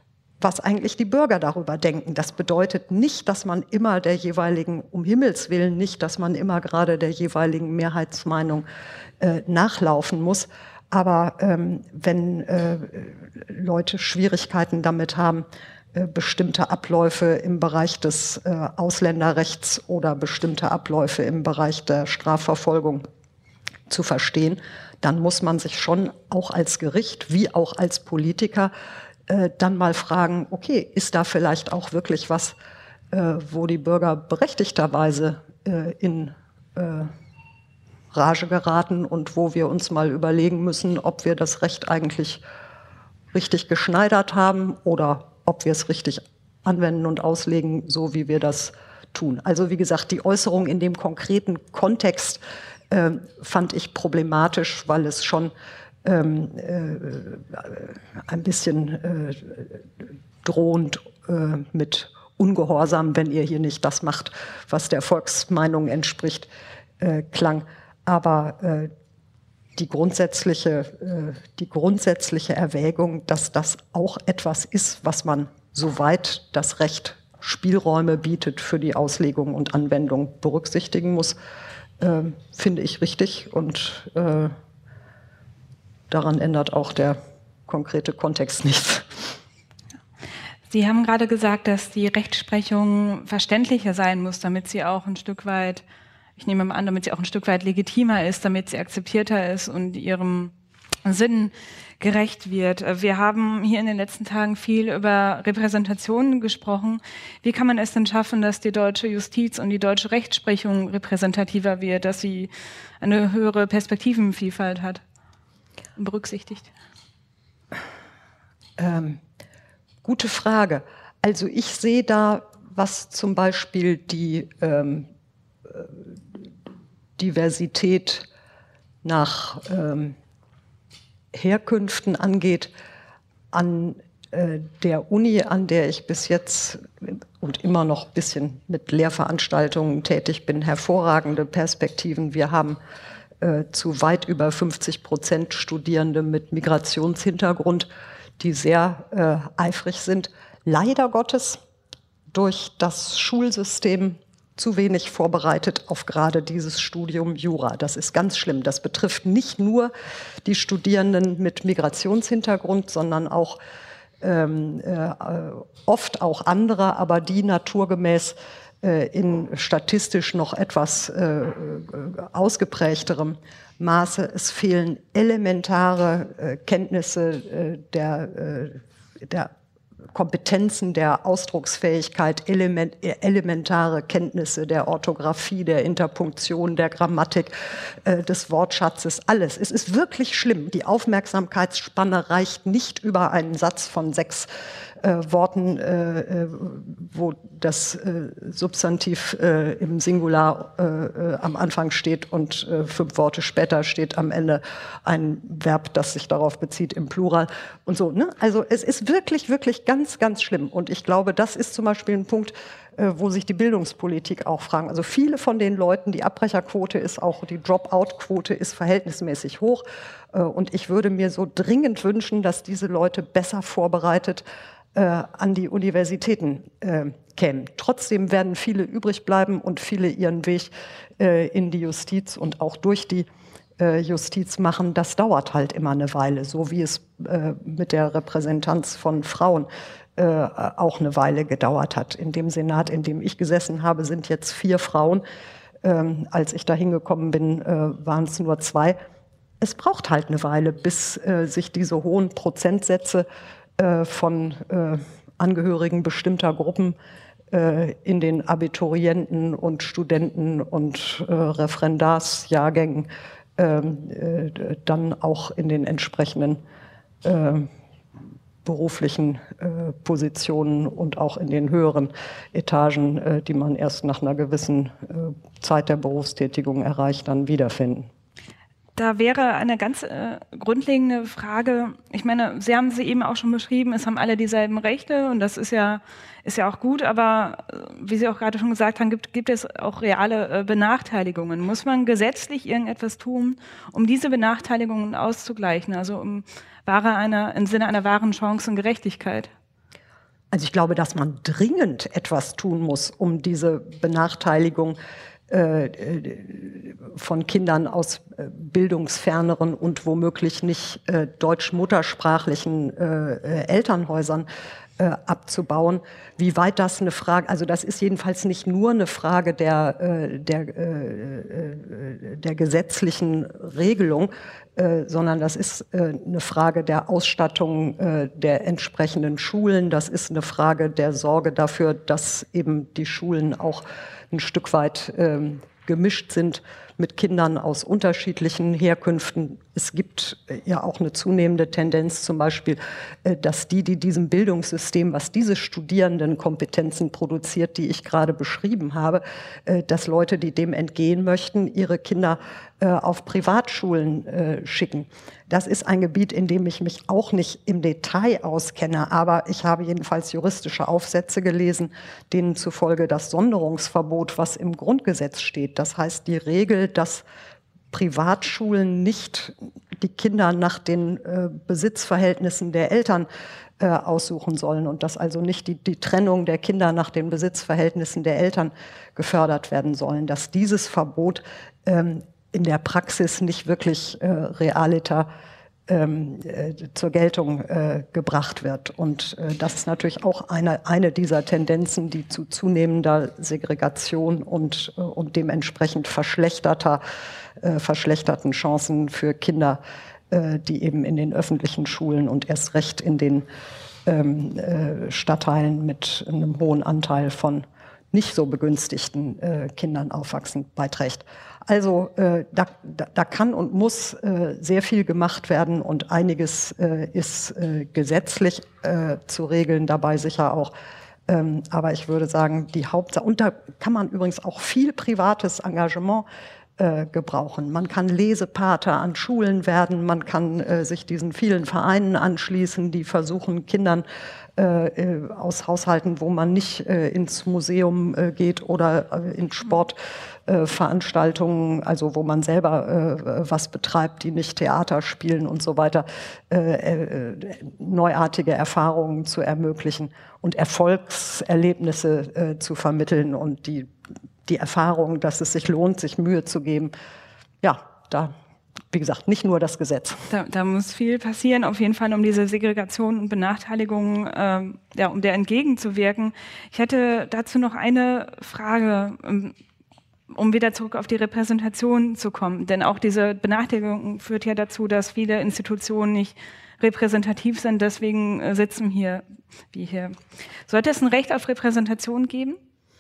was eigentlich die Bürger darüber denken. Das bedeutet nicht, dass man immer der jeweiligen, um Himmels Willen nicht, dass man immer gerade der jeweiligen Mehrheitsmeinung äh, nachlaufen muss. Aber ähm, wenn äh, Leute Schwierigkeiten damit haben, äh, bestimmte Abläufe im Bereich des äh, Ausländerrechts oder bestimmte Abläufe im Bereich der Strafverfolgung zu verstehen, dann muss man sich schon auch als Gericht wie auch als Politiker äh, dann mal fragen, okay, ist da vielleicht auch wirklich was, äh, wo die Bürger berechtigterweise äh, in äh, Rage geraten und wo wir uns mal überlegen müssen, ob wir das Recht eigentlich richtig geschneidert haben oder ob wir es richtig anwenden und auslegen, so wie wir das tun. Also wie gesagt, die Äußerung in dem konkreten Kontext äh, fand ich problematisch, weil es schon ähm, äh, ein bisschen äh, drohend äh, mit Ungehorsam, wenn ihr hier nicht das macht, was der Volksmeinung entspricht, äh, klang. Aber äh, die grundsätzliche, äh, die grundsätzliche Erwägung, dass das auch etwas ist, was man, soweit das Recht Spielräume bietet, für die Auslegung und Anwendung berücksichtigen muss, äh, finde ich richtig. Und äh, daran ändert auch der konkrete Kontext nichts. Sie haben gerade gesagt, dass die Rechtsprechung verständlicher sein muss, damit sie auch ein Stück weit, ich nehme mal an, damit sie auch ein Stück weit legitimer ist, damit sie akzeptierter ist und ihrem Sinn gerecht wird. Wir haben hier in den letzten Tagen viel über Repräsentation gesprochen. Wie kann man es denn schaffen, dass die deutsche Justiz und die deutsche Rechtsprechung repräsentativer wird, dass sie eine höhere Perspektivenvielfalt hat und berücksichtigt? Ähm, gute Frage. Also ich sehe da, was zum Beispiel die ähm, Diversität nach ähm, Herkünften angeht, an äh, der Uni, an der ich bis jetzt und immer noch ein bisschen mit Lehrveranstaltungen tätig bin, hervorragende Perspektiven. Wir haben äh, zu weit über fünfzig Prozent Studierende mit Migrationshintergrund, die sehr äh, eifrig sind. Leider Gottes durch das Schulsystem zu wenig vorbereitet auf gerade dieses Studium Jura. Das ist ganz schlimm. Das betrifft nicht nur die Studierenden mit Migrationshintergrund, sondern auch ähm, äh, oft auch andere, aber die naturgemäß äh, in statistisch noch etwas äh, ausgeprägterem Maße. Es fehlen elementare äh, Kenntnisse äh, der, äh, der Kompetenzen der Ausdrucksfähigkeit, element, elementare Kenntnisse der Orthographie, der Interpunktion, der Grammatik, äh, des Wortschatzes, alles. Es ist wirklich schlimm. Die Aufmerksamkeitsspanne reicht nicht über einen Satz von sechs äh, Worten, äh, wo das äh, Substantiv äh, im Singular äh, am Anfang steht und äh, fünf Worte später steht am Ende ein Verb, das sich darauf bezieht im Plural und so. Ne? Also es ist wirklich, wirklich ganz, ganz schlimm. Und ich glaube, das ist zum Beispiel ein Punkt, äh, wo sich die Bildungspolitik auch fragen. Also viele von den Leuten, die Abbrecherquote ist auch, die Dropout-Quote ist verhältnismäßig hoch. Äh, und ich würde mir so dringend wünschen, dass diese Leute besser vorbereitet äh, an die Universitäten äh, kämen. Trotzdem werden viele übrig bleiben und viele ihren Weg äh, in die Justiz und auch durch die äh, Justiz machen. Das dauert halt immer eine Weile, so wie es äh, mit der Repräsentanz von Frauen äh, auch eine Weile gedauert hat. In dem Senat, in dem ich gesessen habe, sind jetzt vier Frauen. Ähm, als ich da hingekommen bin, äh, waren es nur zwei. Es braucht halt eine Weile, bis äh, sich diese hohen Prozentsätze äh, von äh, Angehörigen bestimmter Gruppen äh, in den Abiturienten und Studenten und äh, Referendarsjahrgängen äh, äh, dann auch in den entsprechenden äh, beruflichen äh, Positionen und auch in den höheren Etagen, äh, die man erst nach einer gewissen äh, Zeit der Berufstätigung erreicht, dann wiederfinden. Da wäre eine ganz äh, grundlegende Frage, ich meine, Sie haben sie eben auch schon beschrieben, es haben alle dieselben Rechte und das ist ja, ist ja auch gut, aber äh, wie Sie auch gerade schon gesagt haben, gibt, gibt es auch reale äh, Benachteiligungen. Muss man gesetzlich irgendetwas tun, um diese Benachteiligungen auszugleichen, also um wahre einer, im Sinne einer wahren Chancengerechtigkeit? also ich glaube, dass man dringend etwas tun muss, um diese Benachteiligung äh, von Kindern aus äh, bildungsferneren und womöglich nicht äh, deutsch-muttersprachlichen äh, Elternhäusern äh, abzubauen. Wie weit das eine Frage, also das ist jedenfalls nicht nur eine Frage der, äh, der, äh, der gesetzlichen Regelung, äh, sondern das ist äh, eine Frage der Ausstattung äh, der entsprechenden Schulen. Das ist eine Frage der Sorge dafür, dass eben die Schulen auch ein Stück weit ähm, gemischt sind mit Kindern aus unterschiedlichen Herkünften. Es gibt ja auch eine zunehmende Tendenz zum Beispiel, dass die, die diesem Bildungssystem, was diese Studierendenkompetenzen produziert, die ich gerade beschrieben habe, dass Leute, die dem entgehen möchten, ihre Kinder auf Privatschulen schicken. Das ist ein Gebiet, in dem ich mich auch nicht im Detail auskenne, aber ich habe jedenfalls juristische Aufsätze gelesen, denen zufolge das Sonderungsverbot, was im Grundgesetz steht, das heißt die Regel, dass Privatschulen nicht die Kinder nach den äh, Besitzverhältnissen der Eltern äh, aussuchen sollen und dass also nicht die, die Trennung der Kinder nach den Besitzverhältnissen der Eltern gefördert werden sollen, dass dieses Verbot ähm, in der Praxis nicht wirklich äh, realiter ähm, äh, zur Geltung äh, gebracht wird. Und äh, das ist natürlich auch eine, eine dieser Tendenzen, die zu zunehmender Segregation und, äh, und dementsprechend verschlechterter, äh, verschlechterten Chancen für Kinder, äh, die eben in den öffentlichen Schulen und erst recht in den ähm, äh, Stadtteilen mit einem hohen Anteil von nicht so begünstigten äh, Kindern aufwachsen, beiträgt. Also äh, da, da, da kann und muss äh, sehr viel gemacht werden und einiges äh, ist äh, gesetzlich äh, zu regeln, dabei sicher auch. Ähm, aber ich würde sagen, die Hauptsache, und da kann man übrigens auch viel privates Engagement äh, gebrauchen. Man kann Lesepater an Schulen werden, man kann äh, sich diesen vielen Vereinen anschließen, die versuchen, Kindern äh, aus Haushalten, wo man nicht äh, ins Museum äh, geht oder äh, in Sportveranstaltungen, äh, also wo man selber äh, was betreibt, die nicht Theater spielen und so weiter, äh, äh, neuartige Erfahrungen zu ermöglichen und Erfolgserlebnisse äh, zu vermitteln und die, die Erfahrung, dass es sich lohnt, sich Mühe zu geben. Ja, da wie gesagt, nicht nur das Gesetz. Da, da muss viel passieren, auf jeden Fall, um diese Segregation und Benachteiligung, ähm, ja, um der entgegenzuwirken. Ich hätte dazu noch eine Frage, um wieder zurück auf die Repräsentation zu kommen. Denn auch diese Benachteiligung führt ja dazu, dass viele Institutionen nicht repräsentativ sind. Deswegen sitzen hier wie hier. Sollte es ein Recht auf Repräsentation geben?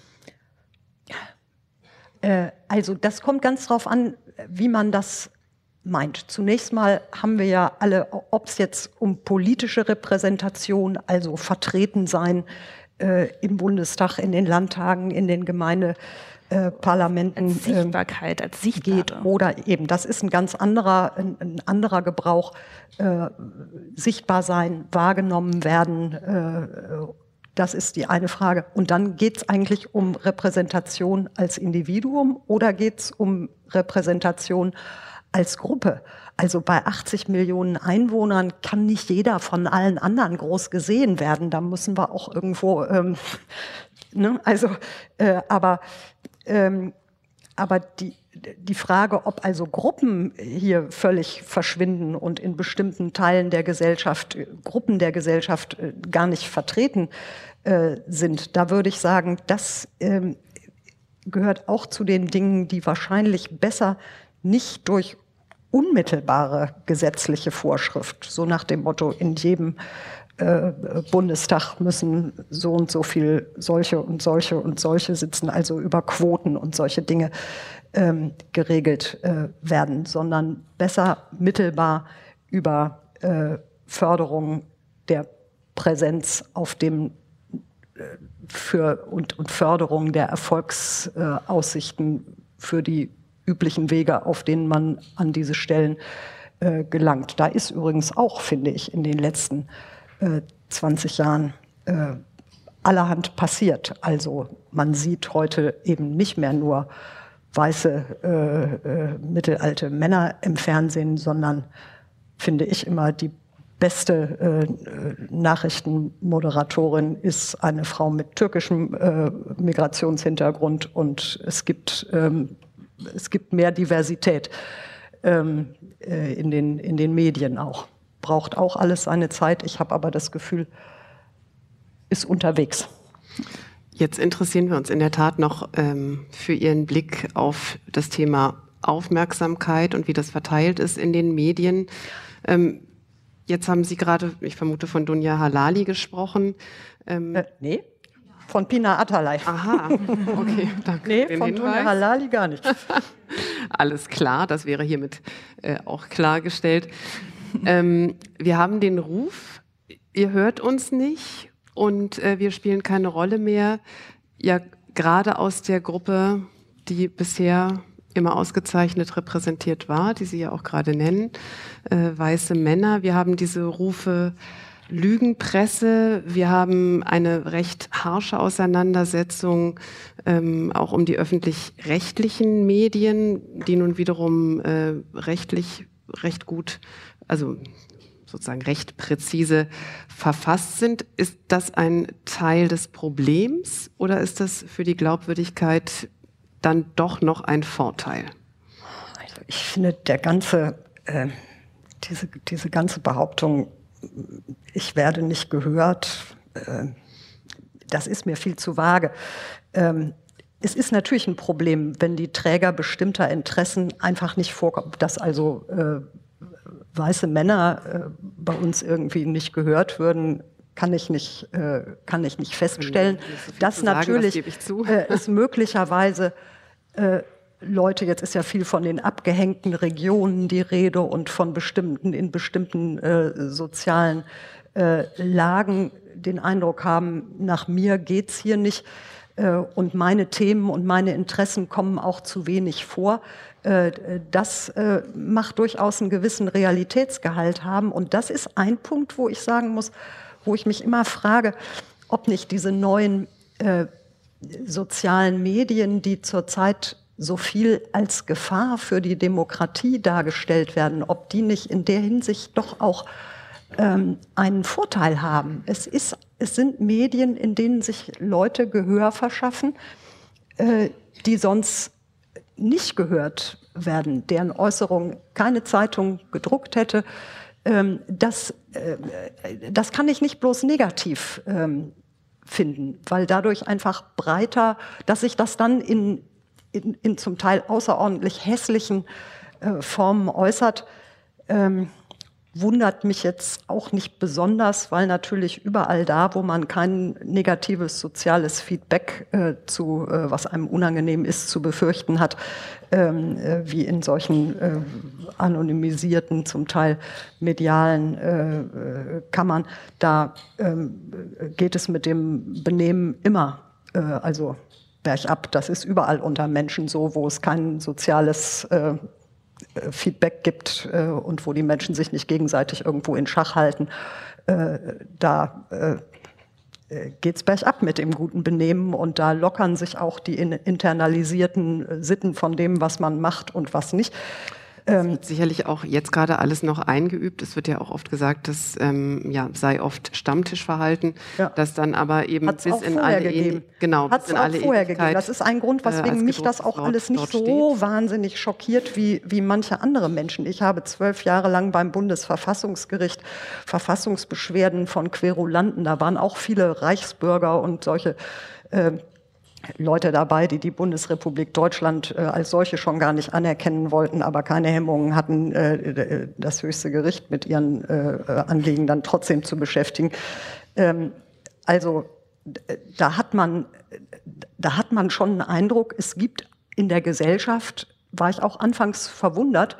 Äh, also das kommt ganz drauf an, wie man das meint. Zunächst mal haben wir ja alle, ob es jetzt um politische Repräsentation, also vertreten sein äh, im Bundestag, in den Landtagen, in den Gemeindeparlamenten, als Sichtbarkeit, als Sichtbare. Geht oder eben, das ist ein ganz anderer, ein, ein anderer Gebrauch, äh, sichtbar sein, wahrgenommen werden, äh, das ist die eine Frage. Und dann geht es eigentlich um Repräsentation als Individuum oder geht es um Repräsentation als Gruppe? Also bei achtzig Millionen Einwohnern kann nicht jeder von allen anderen groß gesehen werden. Da müssen wir auch irgendwo, ähm, ne? Also, äh, aber, ähm, aber die, die Frage, ob also Gruppen hier völlig verschwinden und in bestimmten Teilen der Gesellschaft, Gruppen der Gesellschaft äh, gar nicht vertreten äh, sind, da würde ich sagen, das ähm, gehört auch zu den Dingen, die wahrscheinlich besser nicht durch unmittelbare gesetzliche Vorschrift, so nach dem Motto, in jedem äh, Bundestag müssen so und so viel solche und solche und solche sitzen, also über Quoten und solche Dinge ähm, geregelt äh, werden, sondern besser mittelbar über äh, Förderung der Präsenz auf dem äh, für und, und Förderung der Erfolgsaussichten äh, für die üblichen Wege, auf denen man an diese Stellen äh, gelangt. Da ist übrigens auch, finde ich, in den letzten äh, zwanzig Jahren äh, allerhand passiert. Also man sieht heute eben nicht mehr nur weiße, äh, äh, mittelalte Männer im Fernsehen, sondern, finde ich immer, die beste äh, Nachrichtenmoderatorin ist eine Frau mit türkischem äh, Migrationshintergrund und es gibt, ähm, es gibt mehr Diversität ähm, äh, in den, in den Medien auch. Braucht auch alles seine Zeit. Ich habe aber das Gefühl, ist unterwegs. Jetzt interessieren wir uns in der Tat noch ähm, für Ihren Blick auf das Thema Aufmerksamkeit und wie das verteilt ist in den Medien. Ähm, jetzt haben Sie gerade, ich vermute, von Dunja Halali gesprochen. Ähm, äh, nee, von Pina Atalay. Aha, okay, danke. Nee, für den von Hinweis. Dunja Halali gar nicht. Alles klar, das wäre hiermit äh, auch klargestellt. ähm, wir haben den Ruf, ihr hört uns nicht und äh, wir spielen keine Rolle mehr. Ja, gerade aus der Gruppe, die bisher immer ausgezeichnet repräsentiert war, die Sie ja auch gerade nennen, äh, weiße Männer. Wir haben diese Rufe Lügenpresse, wir haben eine recht harsche Auseinandersetzung ähm, auch um die öffentlich-rechtlichen Medien, die nun wiederum äh, rechtlich recht gut, also sozusagen recht präzise verfasst sind. Ist das ein Teil des Problems oder ist das für die Glaubwürdigkeit dann doch noch ein Vorteil? Also ich finde, der ganze, äh, diese, diese ganze Behauptung, ich werde nicht gehört, äh, das ist mir viel zu vage. Ähm, es ist natürlich ein Problem, wenn die Träger bestimmter Interessen einfach nicht vorkommen, dass also äh, weiße Männer äh, bei uns irgendwie nicht gehört würden, kann ich nicht, äh, kann ich nicht feststellen. So dass sagen, natürlich äh, es möglicherweise äh, Leute, jetzt ist ja viel von den abgehängten Regionen die Rede und von bestimmten, in bestimmten äh, sozialen äh, Lagen den Eindruck haben, nach mir geht's hier nicht äh, und meine Themen und meine Interessen kommen auch zu wenig vor. Das äh, macht durchaus einen gewissen Realitätsgehalt haben. Und das ist ein Punkt, wo ich sagen muss, wo ich mich immer frage, ob nicht diese neuen äh, sozialen Medien, die zurzeit so viel als Gefahr für die Demokratie dargestellt werden, ob die nicht in der Hinsicht doch auch ähm, einen Vorteil haben. Es ist, es sind Medien, in denen sich Leute Gehör verschaffen, äh, die sonst nicht gehört werden, deren Äußerung keine Zeitung gedruckt hätte, ähm, das, äh, das kann ich nicht bloß negativ ähm, finden, weil dadurch einfach breiter, dass sich das dann in, in, in zum Teil außerordentlich hässlichen äh, Formen äußert, ähm, wundert mich jetzt auch nicht besonders, weil natürlich überall da, wo man kein negatives soziales Feedback äh, zu, äh, was einem unangenehm ist, zu befürchten hat, ähm, äh, wie in solchen äh, anonymisierten, zum Teil medialen äh, äh, Kammern, da ähm, geht es mit dem Benehmen immer, äh, also bergab. Das ist überall unter Menschen so, wo es kein soziales äh, Feedback gibt äh, und wo die Menschen sich nicht gegenseitig irgendwo in Schach halten, äh, da äh, geht es bergab mit dem guten Benehmen und da lockern sich auch die in, internalisierten Sitten von dem, was man macht und was nicht. Ähm, sicherlich auch jetzt gerade alles noch eingeübt. Es wird ja auch oft gesagt, das ähm, ja, sei oft Stammtischverhalten, ja. das dann aber eben Hat's bis in alle gegeben. Genau, Hat's bis in auch alle vorher Ewigkeit, gegeben. Das ist ein Grund, weswegen äh, mich das auch dort, alles nicht so steht. wahnsinnig schockiert wie, wie manche andere Menschen. Ich habe zwölf Jahre lang beim Bundesverfassungsgericht Verfassungsbeschwerden von Querulanten, da waren auch viele Reichsbürger und solche äh, Leute dabei, die die Bundesrepublik Deutschland äh, als solche schon gar nicht anerkennen wollten, aber keine Hemmungen hatten, äh, das höchste Gericht mit ihren äh, Anliegen dann trotzdem zu beschäftigen. Ähm, also da hat man, da hat man schon einen Eindruck, es gibt in der Gesellschaft, war ich auch anfangs verwundert,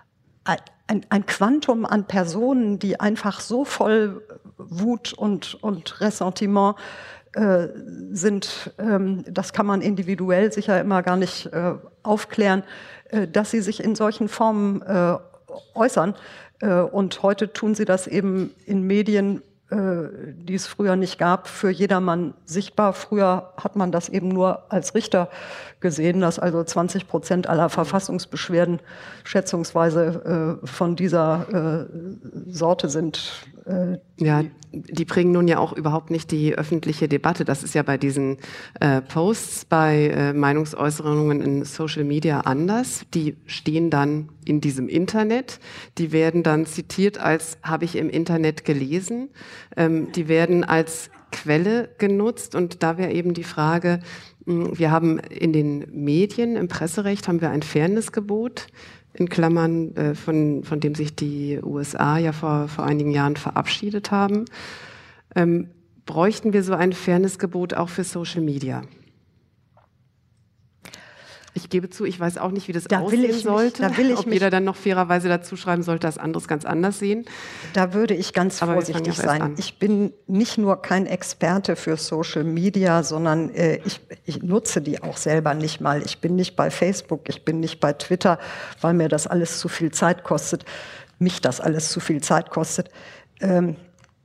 ein, ein Quantum an Personen, die einfach so voll Wut und, und Ressentiment äh, sind, ähm, das kann man individuell sicher immer gar nicht äh, aufklären, äh, dass sie sich in solchen Formen äh, äußern. Äh, und heute tun sie das eben in Medien, die es früher nicht gab, für jedermann sichtbar. Früher hat man das eben nur als Richter gesehen, dass also zwanzig Prozent aller Verfassungsbeschwerden schätzungsweise äh, von dieser äh, Sorte sind. Äh, ja, die bringen nun ja auch überhaupt nicht die öffentliche Debatte. Das ist ja bei diesen äh, Posts, bei äh, Meinungsäußerungen in Social Media anders. Die stehen dann in diesem Internet. Die werden dann zitiert als, habe ich im Internet gelesen. Ähm, die werden als Quelle genutzt. Und da wäre eben die Frage, wir haben in den Medien, im Presserecht, haben wir ein Fairnessgebot, in Klammern, äh, von, von dem sich die U S A ja vor, vor einigen Jahren verabschiedet haben. Ähm, bräuchten wir so ein Fairnessgebot auch für Social Media? Ich gebe zu, ich weiß auch nicht, wie das da aussehen mich, sollte, da will ich ob mich, jeder dann noch fairerweise dazu schreiben sollte, das anderes ganz anders sehen. Da würde ich ganz Aber vorsichtig sein. Ich bin nicht nur kein Experte für Social Media, sondern äh, ich, ich nutze die auch selber nicht mal. Ich bin nicht bei Facebook, ich bin nicht bei Twitter, weil mir das alles zu viel Zeit kostet, mich das alles zu viel Zeit kostet. Ähm,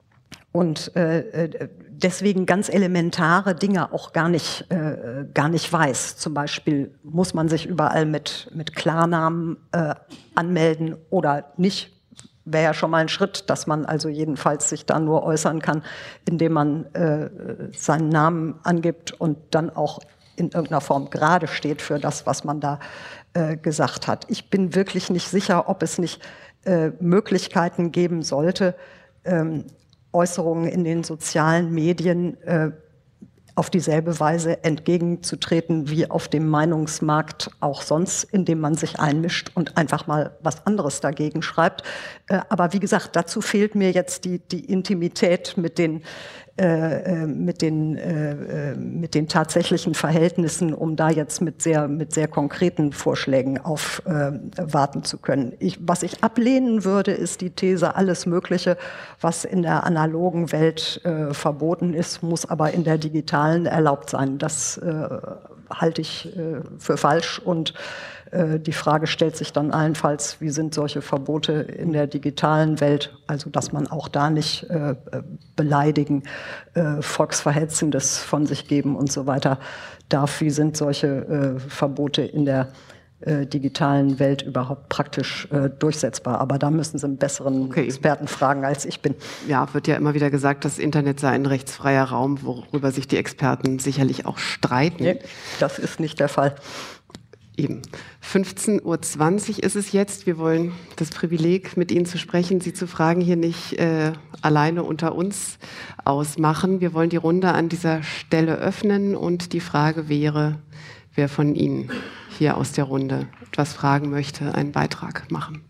und äh, deswegen ganz elementare Dinge auch gar nicht, äh, gar nicht weiß. Zum Beispiel muss man sich überall mit, mit Klarnamen äh, anmelden oder nicht. Wäre ja schon mal ein Schritt, dass man also jedenfalls sich da nur äußern kann, indem man äh, seinen Namen angibt und dann auch in irgendeiner Form gerade steht für das, was man da äh, gesagt hat. Ich bin wirklich nicht sicher, ob es nicht äh, Möglichkeiten geben sollte, ähm, Äußerungen in den sozialen Medien äh, auf dieselbe Weise entgegenzutreten wie auf dem Meinungsmarkt auch sonst, indem man sich einmischt und einfach mal was anderes dagegen schreibt. Äh, aber wie gesagt, dazu fehlt mir jetzt die, die Intimität mit den, äh, mit den, äh, mit den tatsächlichen Verhältnissen, um da jetzt mit sehr, mit sehr konkreten Vorschlägen aufwarten äh, zu können. Ich, was ich ablehnen würde, ist die These, alles Mögliche, was in der analogen Welt äh, verboten ist, muss aber in der digitalen erlaubt sein. Das äh, halte ich äh, für falsch und äh, die Frage stellt sich dann allenfalls, wie sind solche Verbote in der digitalen Welt, also dass man auch da nicht äh, beleidigen, äh, Volksverhetzendes von sich geben und so weiter darf. Wie sind solche äh, Verbote in der äh, digitalen Welt überhaupt praktisch äh, durchsetzbar? Aber da müssen Sie einen besseren okay. Experten fragen, als ich bin. Ja, wird ja immer wieder gesagt, das Internet sei ein rechtsfreier Raum, worüber sich die Experten sicherlich auch streiten. Nee, das ist nicht der Fall. Eben. fünfzehn Uhr zwanzig ist es jetzt. Wir wollen das Privileg, mit Ihnen zu sprechen, Sie zu fragen, hier nicht äh, alleine unter uns ausmachen. Wir wollen die Runde an dieser Stelle öffnen und die Frage wäre, wer von Ihnen hier aus der Runde etwas fragen möchte, einen Beitrag machen.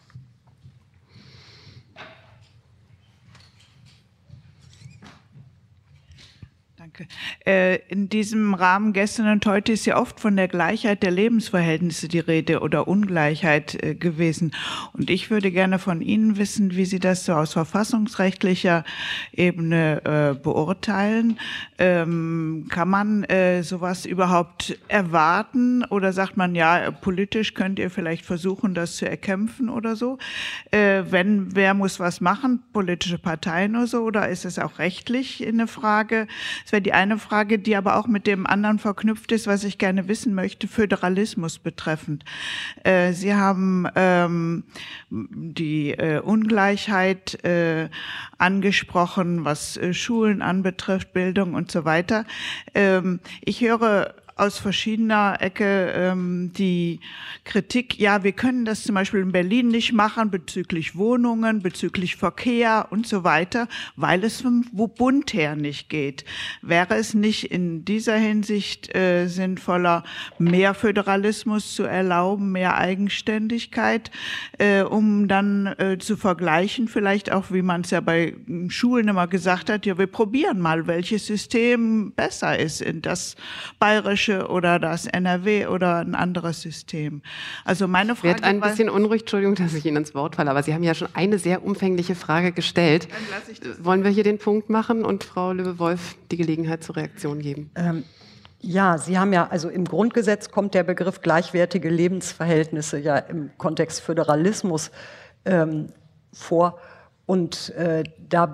Danke. Äh, in diesem Rahmen gestern und heute ist ja oft von der Gleichheit der Lebensverhältnisse die Rede oder Ungleichheit äh, gewesen. Und ich würde gerne von Ihnen wissen, wie Sie das so aus verfassungsrechtlicher Ebene äh, beurteilen. Ähm, kann man äh, sowas überhaupt erwarten oder sagt man, ja, politisch könnt ihr vielleicht versuchen, das zu erkämpfen oder so? Äh, wenn, wer muss was machen? Politische Parteien oder so? Oder ist es auch rechtlich eine Frage? Das wäre die eine Frage, die aber auch mit dem anderen verknüpft ist, was ich gerne wissen möchte, Föderalismus betreffend. Äh, Sie haben ähm, die äh, Ungleichheit äh, angesprochen, was äh, Schulen anbetrifft, Bildung und so weiter. Ähm, ich höre aus verschiedener Ecke ähm, die Kritik, ja, wir können das zum Beispiel in Berlin nicht machen bezüglich Wohnungen, bezüglich Verkehr und so weiter, weil es vom Bund her nicht geht. Wäre es nicht in dieser Hinsicht äh, sinnvoller, mehr Föderalismus zu erlauben, mehr Eigenständigkeit, äh, um dann äh, zu vergleichen, vielleicht auch, wie man es ja bei Schulen immer gesagt hat, ja, wir probieren mal, welches System besser ist, in das bayerische oder das N R W oder ein anderes System. Also meine Frage. Ich werde ein bisschen unruhig, Entschuldigung, dass ich Ihnen ins Wort falle, aber Sie haben ja schon eine sehr umfängliche Frage gestellt. Dann lasse ich das. Wollen wir hier den Punkt machen und Frau Löwe-Wolf die Gelegenheit zur Reaktion geben? Ähm, ja, Sie haben ja, also im Grundgesetz kommt der Begriff gleichwertige Lebensverhältnisse ja im Kontext Föderalismus ähm, vor und äh, da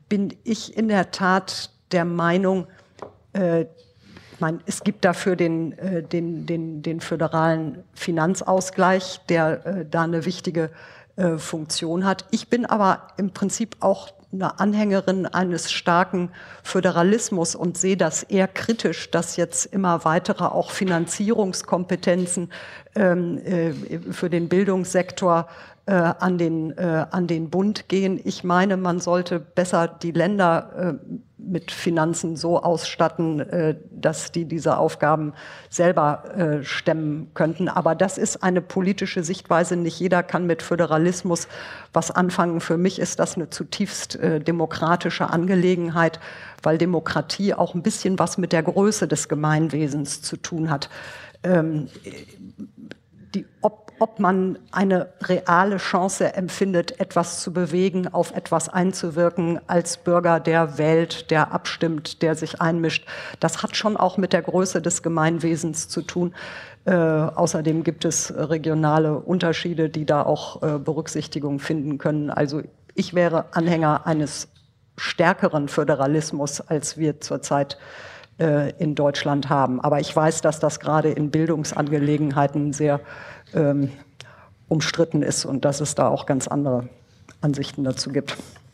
bin ich in der Tat der Meinung, äh, ich meine, es gibt dafür den, äh, den, den, den föderalen Finanzausgleich, der äh, da eine wichtige äh, Funktion hat. Ich bin aber im Prinzip auch eine Anhängerin eines starken Föderalismus und sehe das eher kritisch, dass jetzt immer weitere auch Finanzierungskompetenzen ähm, äh, für den Bildungssektor äh, an den, äh, an den Bund gehen. Ich meine, man sollte besser die Länder äh, mit Finanzen so ausstatten, äh, dass die diese Aufgaben selber äh, stemmen könnten. Aber das ist eine politische Sichtweise. Nicht jeder kann mit Föderalismus was anfangen. Für mich ist das eine zutiefst äh, demokratische Angelegenheit, weil Demokratie auch ein bisschen was mit der Größe des Gemeinwesens zu tun hat. Ähm, die, ob, ob man eine reale Chance empfindet, etwas zu bewegen, auf etwas einzuwirken als Bürger, der wählt, der abstimmt, der sich einmischt, das hat schon auch mit der Größe des Gemeinwesens zu tun. Äh, außerdem gibt es regionale Unterschiede, die da auch äh, Berücksichtigung finden können. Also ich wäre Anhänger eines stärkeren Föderalismus, als wir zurzeit äh, in Deutschland haben. Aber ich weiß, dass das gerade in Bildungsangelegenheiten sehr ähm, umstritten ist und dass es da auch ganz andere Ansichten dazu gibt.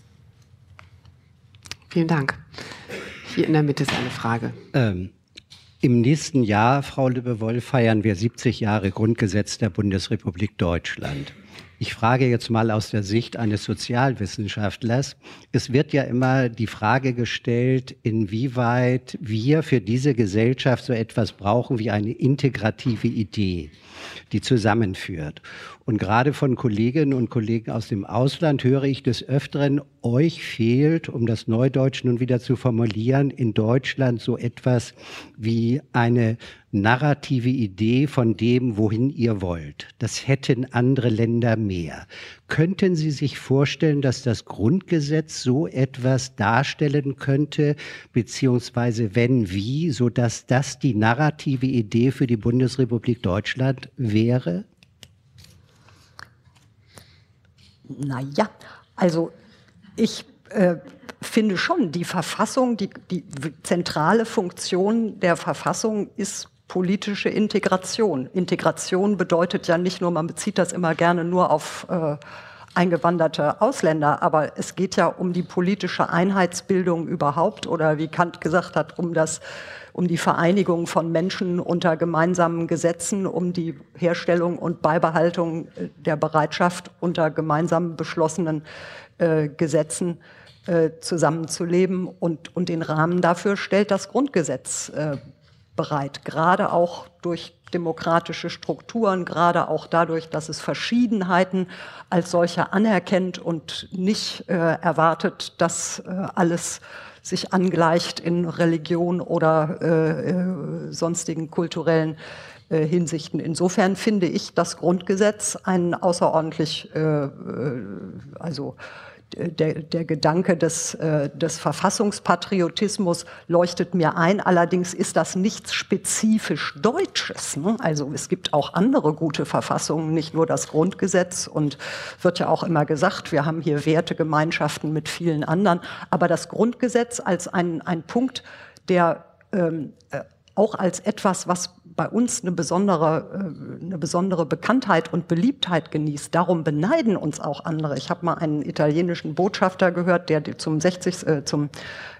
Vielen Dank. Hier in der Mitte ist eine Frage. Ähm, Im nächsten Jahr, Frau Lübbe-Woll, feiern wir siebzig Jahre Grundgesetz der Bundesrepublik Deutschland. Ich frage jetzt mal aus der Sicht eines Sozialwissenschaftlers. Es wird ja immer die Frage gestellt, inwieweit wir für diese Gesellschaft so etwas brauchen wie eine integrative Idee, die zusammenführt. Und gerade von Kolleginnen und Kollegen aus dem Ausland höre ich des Öfteren, euch fehlt, um das Neudeutsch nun wieder zu formulieren, in Deutschland so etwas wie eine narrative Idee von dem, wohin ihr wollt. Das hätten andere Länder mehr. Könnten Sie sich vorstellen, dass das Grundgesetz so etwas darstellen könnte, beziehungsweise wenn, wie, sodass das die narrative Idee für die Bundesrepublik Deutschland wäre? Naja, also ich äh, finde schon, die Verfassung, die, die zentrale Funktion der Verfassung ist politische Integration. Integration bedeutet ja nicht nur, man bezieht das immer gerne nur auf äh, eingewanderte Ausländer, aber es geht ja um die politische Einheitsbildung überhaupt oder wie Kant gesagt hat, um das um die Vereinigung von Menschen unter gemeinsamen Gesetzen, um die Herstellung und Beibehaltung der Bereitschaft unter gemeinsam beschlossenen äh, Gesetzen äh, zusammenzuleben. Und, und den Rahmen dafür stellt das Grundgesetz äh, bereit, gerade auch durch demokratische Strukturen, gerade auch dadurch, dass es Verschiedenheiten als solche anerkennt und nicht äh, erwartet, dass äh, alles sich angleicht in Religion oder äh, äh, sonstigen kulturellen äh, Hinsichten. Insofern finde ich das Grundgesetz einen außerordentlich, äh, also der, der Gedanke des, äh, des Verfassungspatriotismus leuchtet mir ein. Allerdings ist das nichts spezifisch Deutsches, ne? Also es gibt auch andere gute Verfassungen, nicht nur das Grundgesetz. Und wird ja auch immer gesagt, wir haben hier Wertegemeinschaften mit vielen anderen. Aber das Grundgesetz als ein, ein Punkt, der ähm, äh, auch als etwas, was bei uns eine besondere, eine besondere Bekanntheit und Beliebtheit genießt. Darum beneiden uns auch andere. Ich habe mal einen italienischen Botschafter gehört, der zum sechzigsten Äh, zum,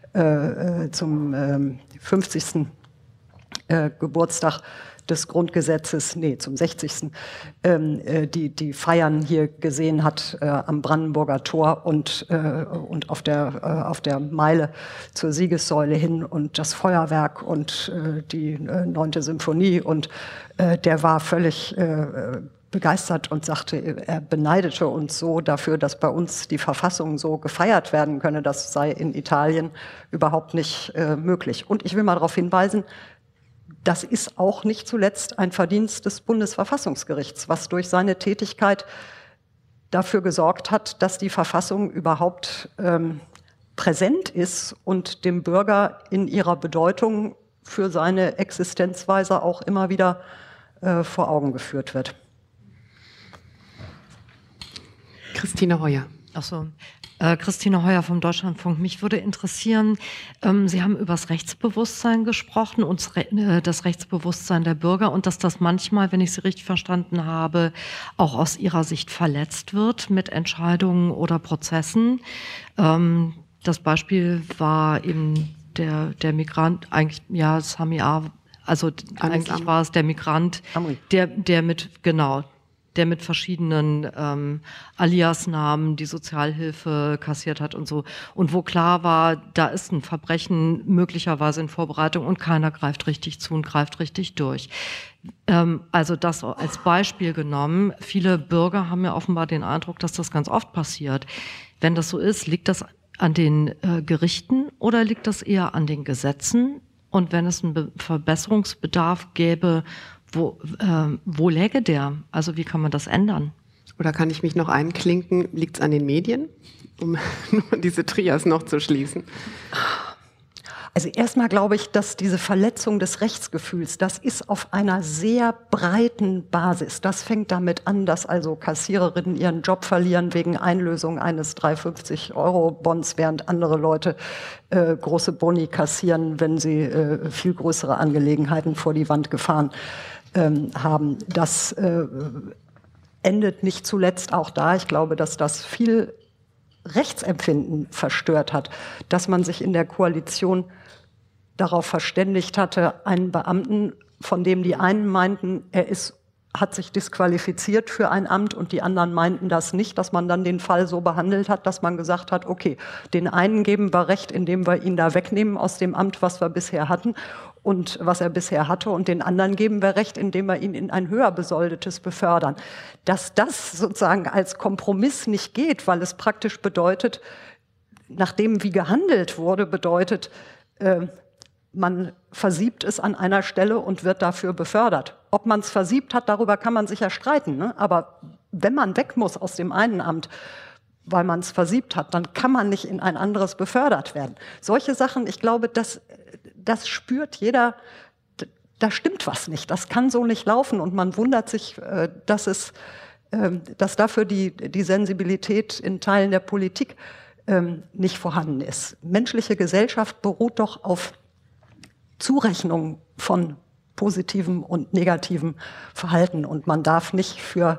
äh, zum äh, fünfzigsten Äh, Geburtstag des Grundgesetzes, nee, zum sechzigsten Ähm, äh, die, die Feiern hier gesehen hat äh, am Brandenburger Tor und, äh, und auf der, äh, auf der Meile zur Siegessäule hin und das Feuerwerk und äh, die äh, neunte Symphonie und äh, der war völlig äh, begeistert und sagte, er beneidete uns so dafür, dass bei uns die Verfassung so gefeiert werden könne. Das sei in Italien überhaupt nicht äh, möglich. Und ich will mal darauf hinweisen, das ist auch nicht zuletzt ein Verdienst des Bundesverfassungsgerichts, was durch seine Tätigkeit dafür gesorgt hat, dass die Verfassung überhaupt ähm, präsent ist und dem Bürger in ihrer Bedeutung für seine Existenzweise auch immer wieder äh, vor Augen geführt wird. Christine Heuer. Ach so. Äh, Christine Heuer vom Deutschlandfunk. Mich würde interessieren, ähm, Sie haben über das Rechtsbewusstsein gesprochen und äh, das Rechtsbewusstsein der Bürger und dass das manchmal, wenn ich Sie richtig verstanden habe, auch aus Ihrer Sicht verletzt wird mit Entscheidungen oder Prozessen. Ähm, das Beispiel war eben der, der Migrant, eigentlich, ja, Sami A., also eigentlich war es der Migrant, der, der mit, genau, der mit verschiedenen ähm, Alias-Namen die Sozialhilfe kassiert hat und so. Und wo klar war, da ist ein Verbrechen möglicherweise in Vorbereitung und keiner greift richtig zu und greift richtig durch. Ähm, also das als Beispiel genommen. Viele Bürger haben ja offenbar den Eindruck, dass das ganz oft passiert. Wenn das so ist, liegt das an den äh, Gerichten oder liegt das eher an den Gesetzen? Und wenn es einen Be- Verbesserungsbedarf gäbe, Wo, äh, wo läge der? Also wie kann man das ändern? Oder kann ich mich noch einklinken, liegt es an den Medien, um nur diese Trias noch zu schließen? Also erstmal glaube ich, dass diese Verletzung des Rechtsgefühls, das ist auf einer sehr breiten Basis. Das fängt damit an, dass also Kassiererinnen ihren Job verlieren wegen Einlösung eines dreihundertfünfzig Euro Bonds, während andere Leute äh, große Boni kassieren, wenn sie äh, viel größere Angelegenheiten vor die Wand gefahren ähm, haben. Das äh, endet nicht zuletzt auch da. Ich glaube, dass das viel Rechtsempfinden verstört hat, dass man sich in der Koalition darauf verständigt hatte, einen Beamten, von dem die einen meinten, er ist, hat sich disqualifiziert für ein Amt und die anderen meinten das nicht, dass man dann den Fall so behandelt hat, dass man gesagt hat, okay, den einen geben wir Recht, indem wir ihn da wegnehmen aus dem Amt, was wir bisher hatten und was er bisher hatte, und den anderen geben wir Recht, indem wir ihn in ein höher besoldetes befördern. Dass das sozusagen als Kompromiss nicht geht, weil es praktisch bedeutet, nachdem wie gehandelt wurde, bedeutet, äh, man versiebt es an einer Stelle und wird dafür befördert. Ob man es versiebt hat, darüber kann man sicher streiten, ne? Aber wenn man weg muss aus dem einen Amt, weil man es versiebt hat, dann kann man nicht in ein anderes befördert werden. Solche Sachen, ich glaube, das, das spürt jeder, da stimmt was nicht, das kann so nicht laufen, und man wundert sich, dass es, dass dafür die, die Sensibilität in Teilen der Politik nicht vorhanden ist. Menschliche Gesellschaft beruht doch auf Zurechnung von positivem und negativem Verhalten, und man darf nicht für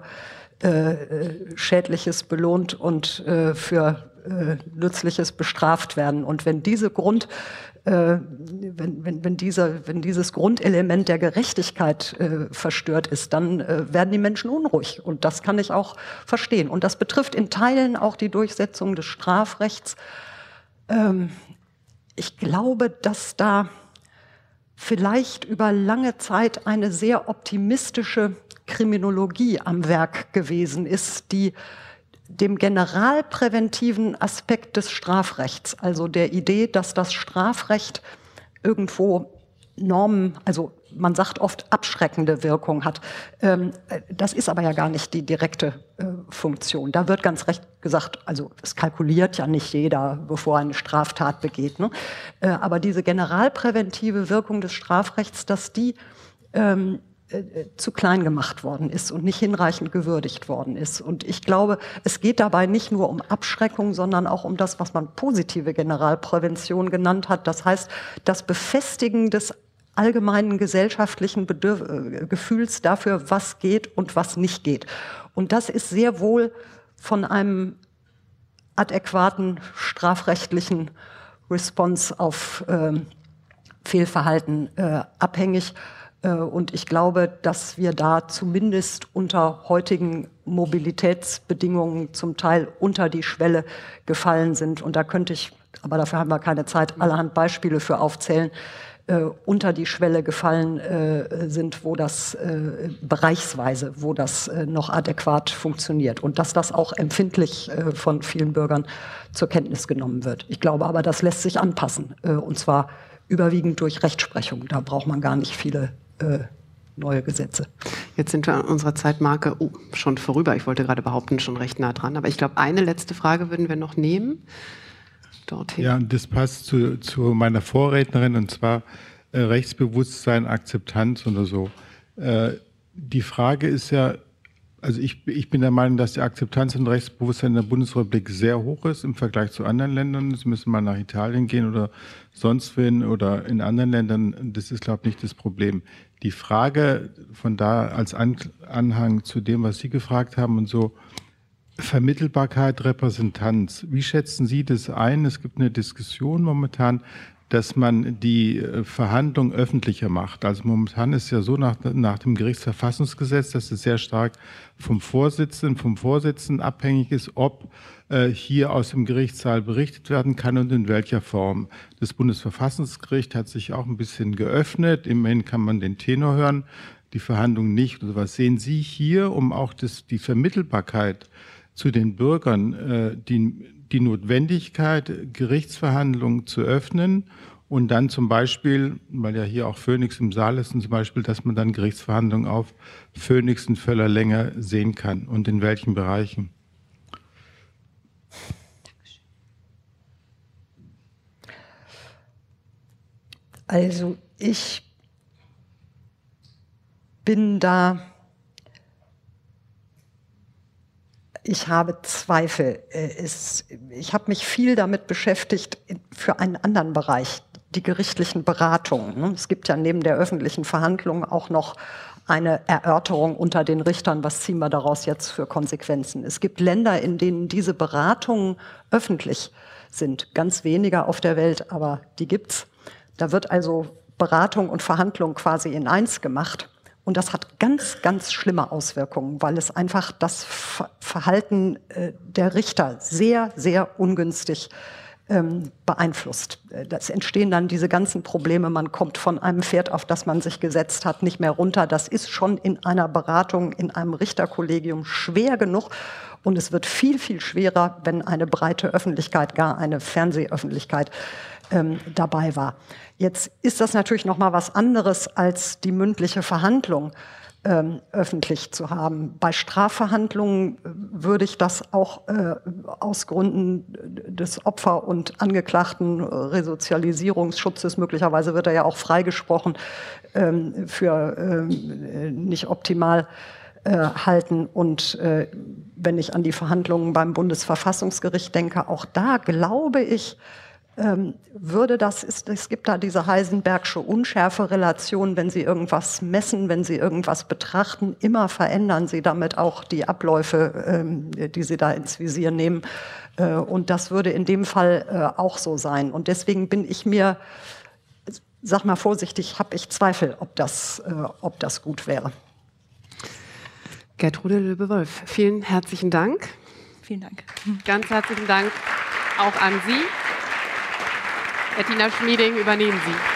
äh, Schädliches belohnt und äh, für äh, Nützliches bestraft werden. Und wenn diese Grund, äh, wenn, wenn, wenn, diese, wenn dieses Grundelement der Gerechtigkeit äh, verstört ist, dann äh, werden die Menschen unruhig, und das kann ich auch verstehen. Und das betrifft in Teilen auch die Durchsetzung des Strafrechts. Ähm, ich glaube, dass da vielleicht über lange Zeit eine sehr optimistische Kriminologie am Werk gewesen ist, die dem generalpräventiven Aspekt des Strafrechts, also der Idee, dass das Strafrecht irgendwo Normen, also man sagt oft abschreckende Wirkung hat. Das ist aber ja gar nicht die direkte Funktion. Da wird ganz recht gesagt, also es kalkuliert ja nicht jeder, bevor er eine Straftat begeht, ne? Aber diese generalpräventive Wirkung des Strafrechts, dass die ähm, zu klein gemacht worden ist und nicht hinreichend gewürdigt worden ist. Und ich glaube, es geht dabei nicht nur um Abschreckung, sondern auch um das, was man positive Generalprävention genannt hat. Das heißt, das Befestigen des allgemeinen gesellschaftlichen Bedürf- äh, Gefühls dafür, was geht und was nicht geht. Und das ist sehr wohl von einem adäquaten strafrechtlichen Response auf äh, Fehlverhalten äh, abhängig. Äh, und ich glaube, dass wir da zumindest unter heutigen Mobilitätsbedingungen zum Teil unter die Schwelle gefallen sind. Und da könnte ich, aber dafür haben wir keine Zeit, allerhand Beispiele für aufzählen, Äh, unter die Schwelle gefallen äh, sind, wo das äh, bereichsweise, wo das äh, noch adäquat funktioniert, und dass das auch empfindlich äh, von vielen Bürgern zur Kenntnis genommen wird. Ich glaube aber, das lässt sich anpassen, äh, und zwar überwiegend durch Rechtsprechung. Da braucht man gar nicht viele äh, neue Gesetze. Jetzt sind wir an unserer Zeitmarke oh, schon vorüber. Ich wollte gerade behaupten, schon recht nah dran. Aber ich glaube, eine letzte Frage würden wir noch nehmen. Dorthin. Ja, und das passt zu, zu meiner Vorrednerin, und zwar äh, Rechtsbewusstsein, Akzeptanz oder so. Äh, die Frage ist ja, Also ich, ich bin der Meinung, dass die Akzeptanz und Rechtsbewusstsein in der Bundesrepublik sehr hoch ist im Vergleich zu anderen Ländern. Sie müssen mal nach Italien gehen oder sonst wohin oder in anderen Ländern. Das ist, glaube ich, nicht das Problem. Die Frage von da als Anhang zu dem, was Sie gefragt haben und so, Vermittelbarkeit, Repräsentanz. Wie schätzen Sie das ein? Es gibt eine Diskussion momentan, dass man die Verhandlung öffentlicher macht. Also momentan ist es ja so nach, nach dem Gerichtsverfassungsgesetz, dass es sehr stark vom Vorsitzenden, vom Vorsitzenden abhängig ist, ob äh, hier aus dem Gerichtssaal berichtet werden kann und in welcher Form. Das Bundesverfassungsgericht hat sich auch ein bisschen geöffnet. Immerhin kann man den Tenor hören, die Verhandlung nicht. Oder was sehen Sie hier, um auch das, die Vermittelbarkeit zu den Bürgern, äh, die die Notwendigkeit, Gerichtsverhandlungen zu öffnen und dann zum Beispiel, weil ja hier auch Phoenix im Saal ist, und zum Beispiel, dass man dann Gerichtsverhandlungen auf Phoenix und Völler länger sehen kann und in welchen Bereichen? Also ich bin da, ich habe Zweifel. Es, ich habe mich viel damit beschäftigt für einen anderen Bereich, die gerichtlichen Beratungen. Es gibt ja neben der öffentlichen Verhandlung auch noch eine Erörterung unter den Richtern. Was ziehen wir daraus jetzt für Konsequenzen? Es gibt Länder, in denen diese Beratungen öffentlich sind. Ganz weniger auf der Welt, aber die gibt's. Da wird also Beratung und Verhandlung quasi in eins gemacht. Und das hat ganz, ganz schlimme Auswirkungen, weil es einfach das Verhalten der Richter sehr, sehr ungünstig ähm, beeinflusst. Es entstehen dann diese ganzen Probleme. Man kommt von einem Pferd, auf das man sich gesetzt hat, nicht mehr runter. Das ist schon in einer Beratung, in einem Richterkollegium schwer genug. Und es wird viel, viel schwerer, wenn eine breite Öffentlichkeit, gar eine Fernsehöffentlichkeit ähm, dabei war. Jetzt ist das natürlich noch mal was anderes, als die mündliche Verhandlung ähm, öffentlich zu haben. Bei Strafverhandlungen würde ich das auch äh, aus Gründen des Opfer- und Angeklagten Resozialisierungsschutzes, möglicherweise wird er ja auch freigesprochen, ähm, für ähm, nicht optimal äh, halten. Und äh, wenn ich an die Verhandlungen beim Bundesverfassungsgericht denke, auch da glaube ich, Ähm, würde das, ist, es gibt da diese Heisenbergsche Unschärfe-Relation, wenn Sie irgendwas messen, wenn Sie irgendwas betrachten, immer verändern Sie damit auch die Abläufe, ähm, die Sie da ins Visier nehmen. Äh, und das würde in dem Fall äh, auch so sein. Und deswegen bin ich mir, sag mal vorsichtig, habe ich Zweifel, ob das, äh, ob das gut wäre. Gertrude Löbe-Wolf, vielen herzlichen Dank. Vielen Dank. Ganz herzlichen Dank auch an Sie. Bettina Schmieding, übernehmen Sie.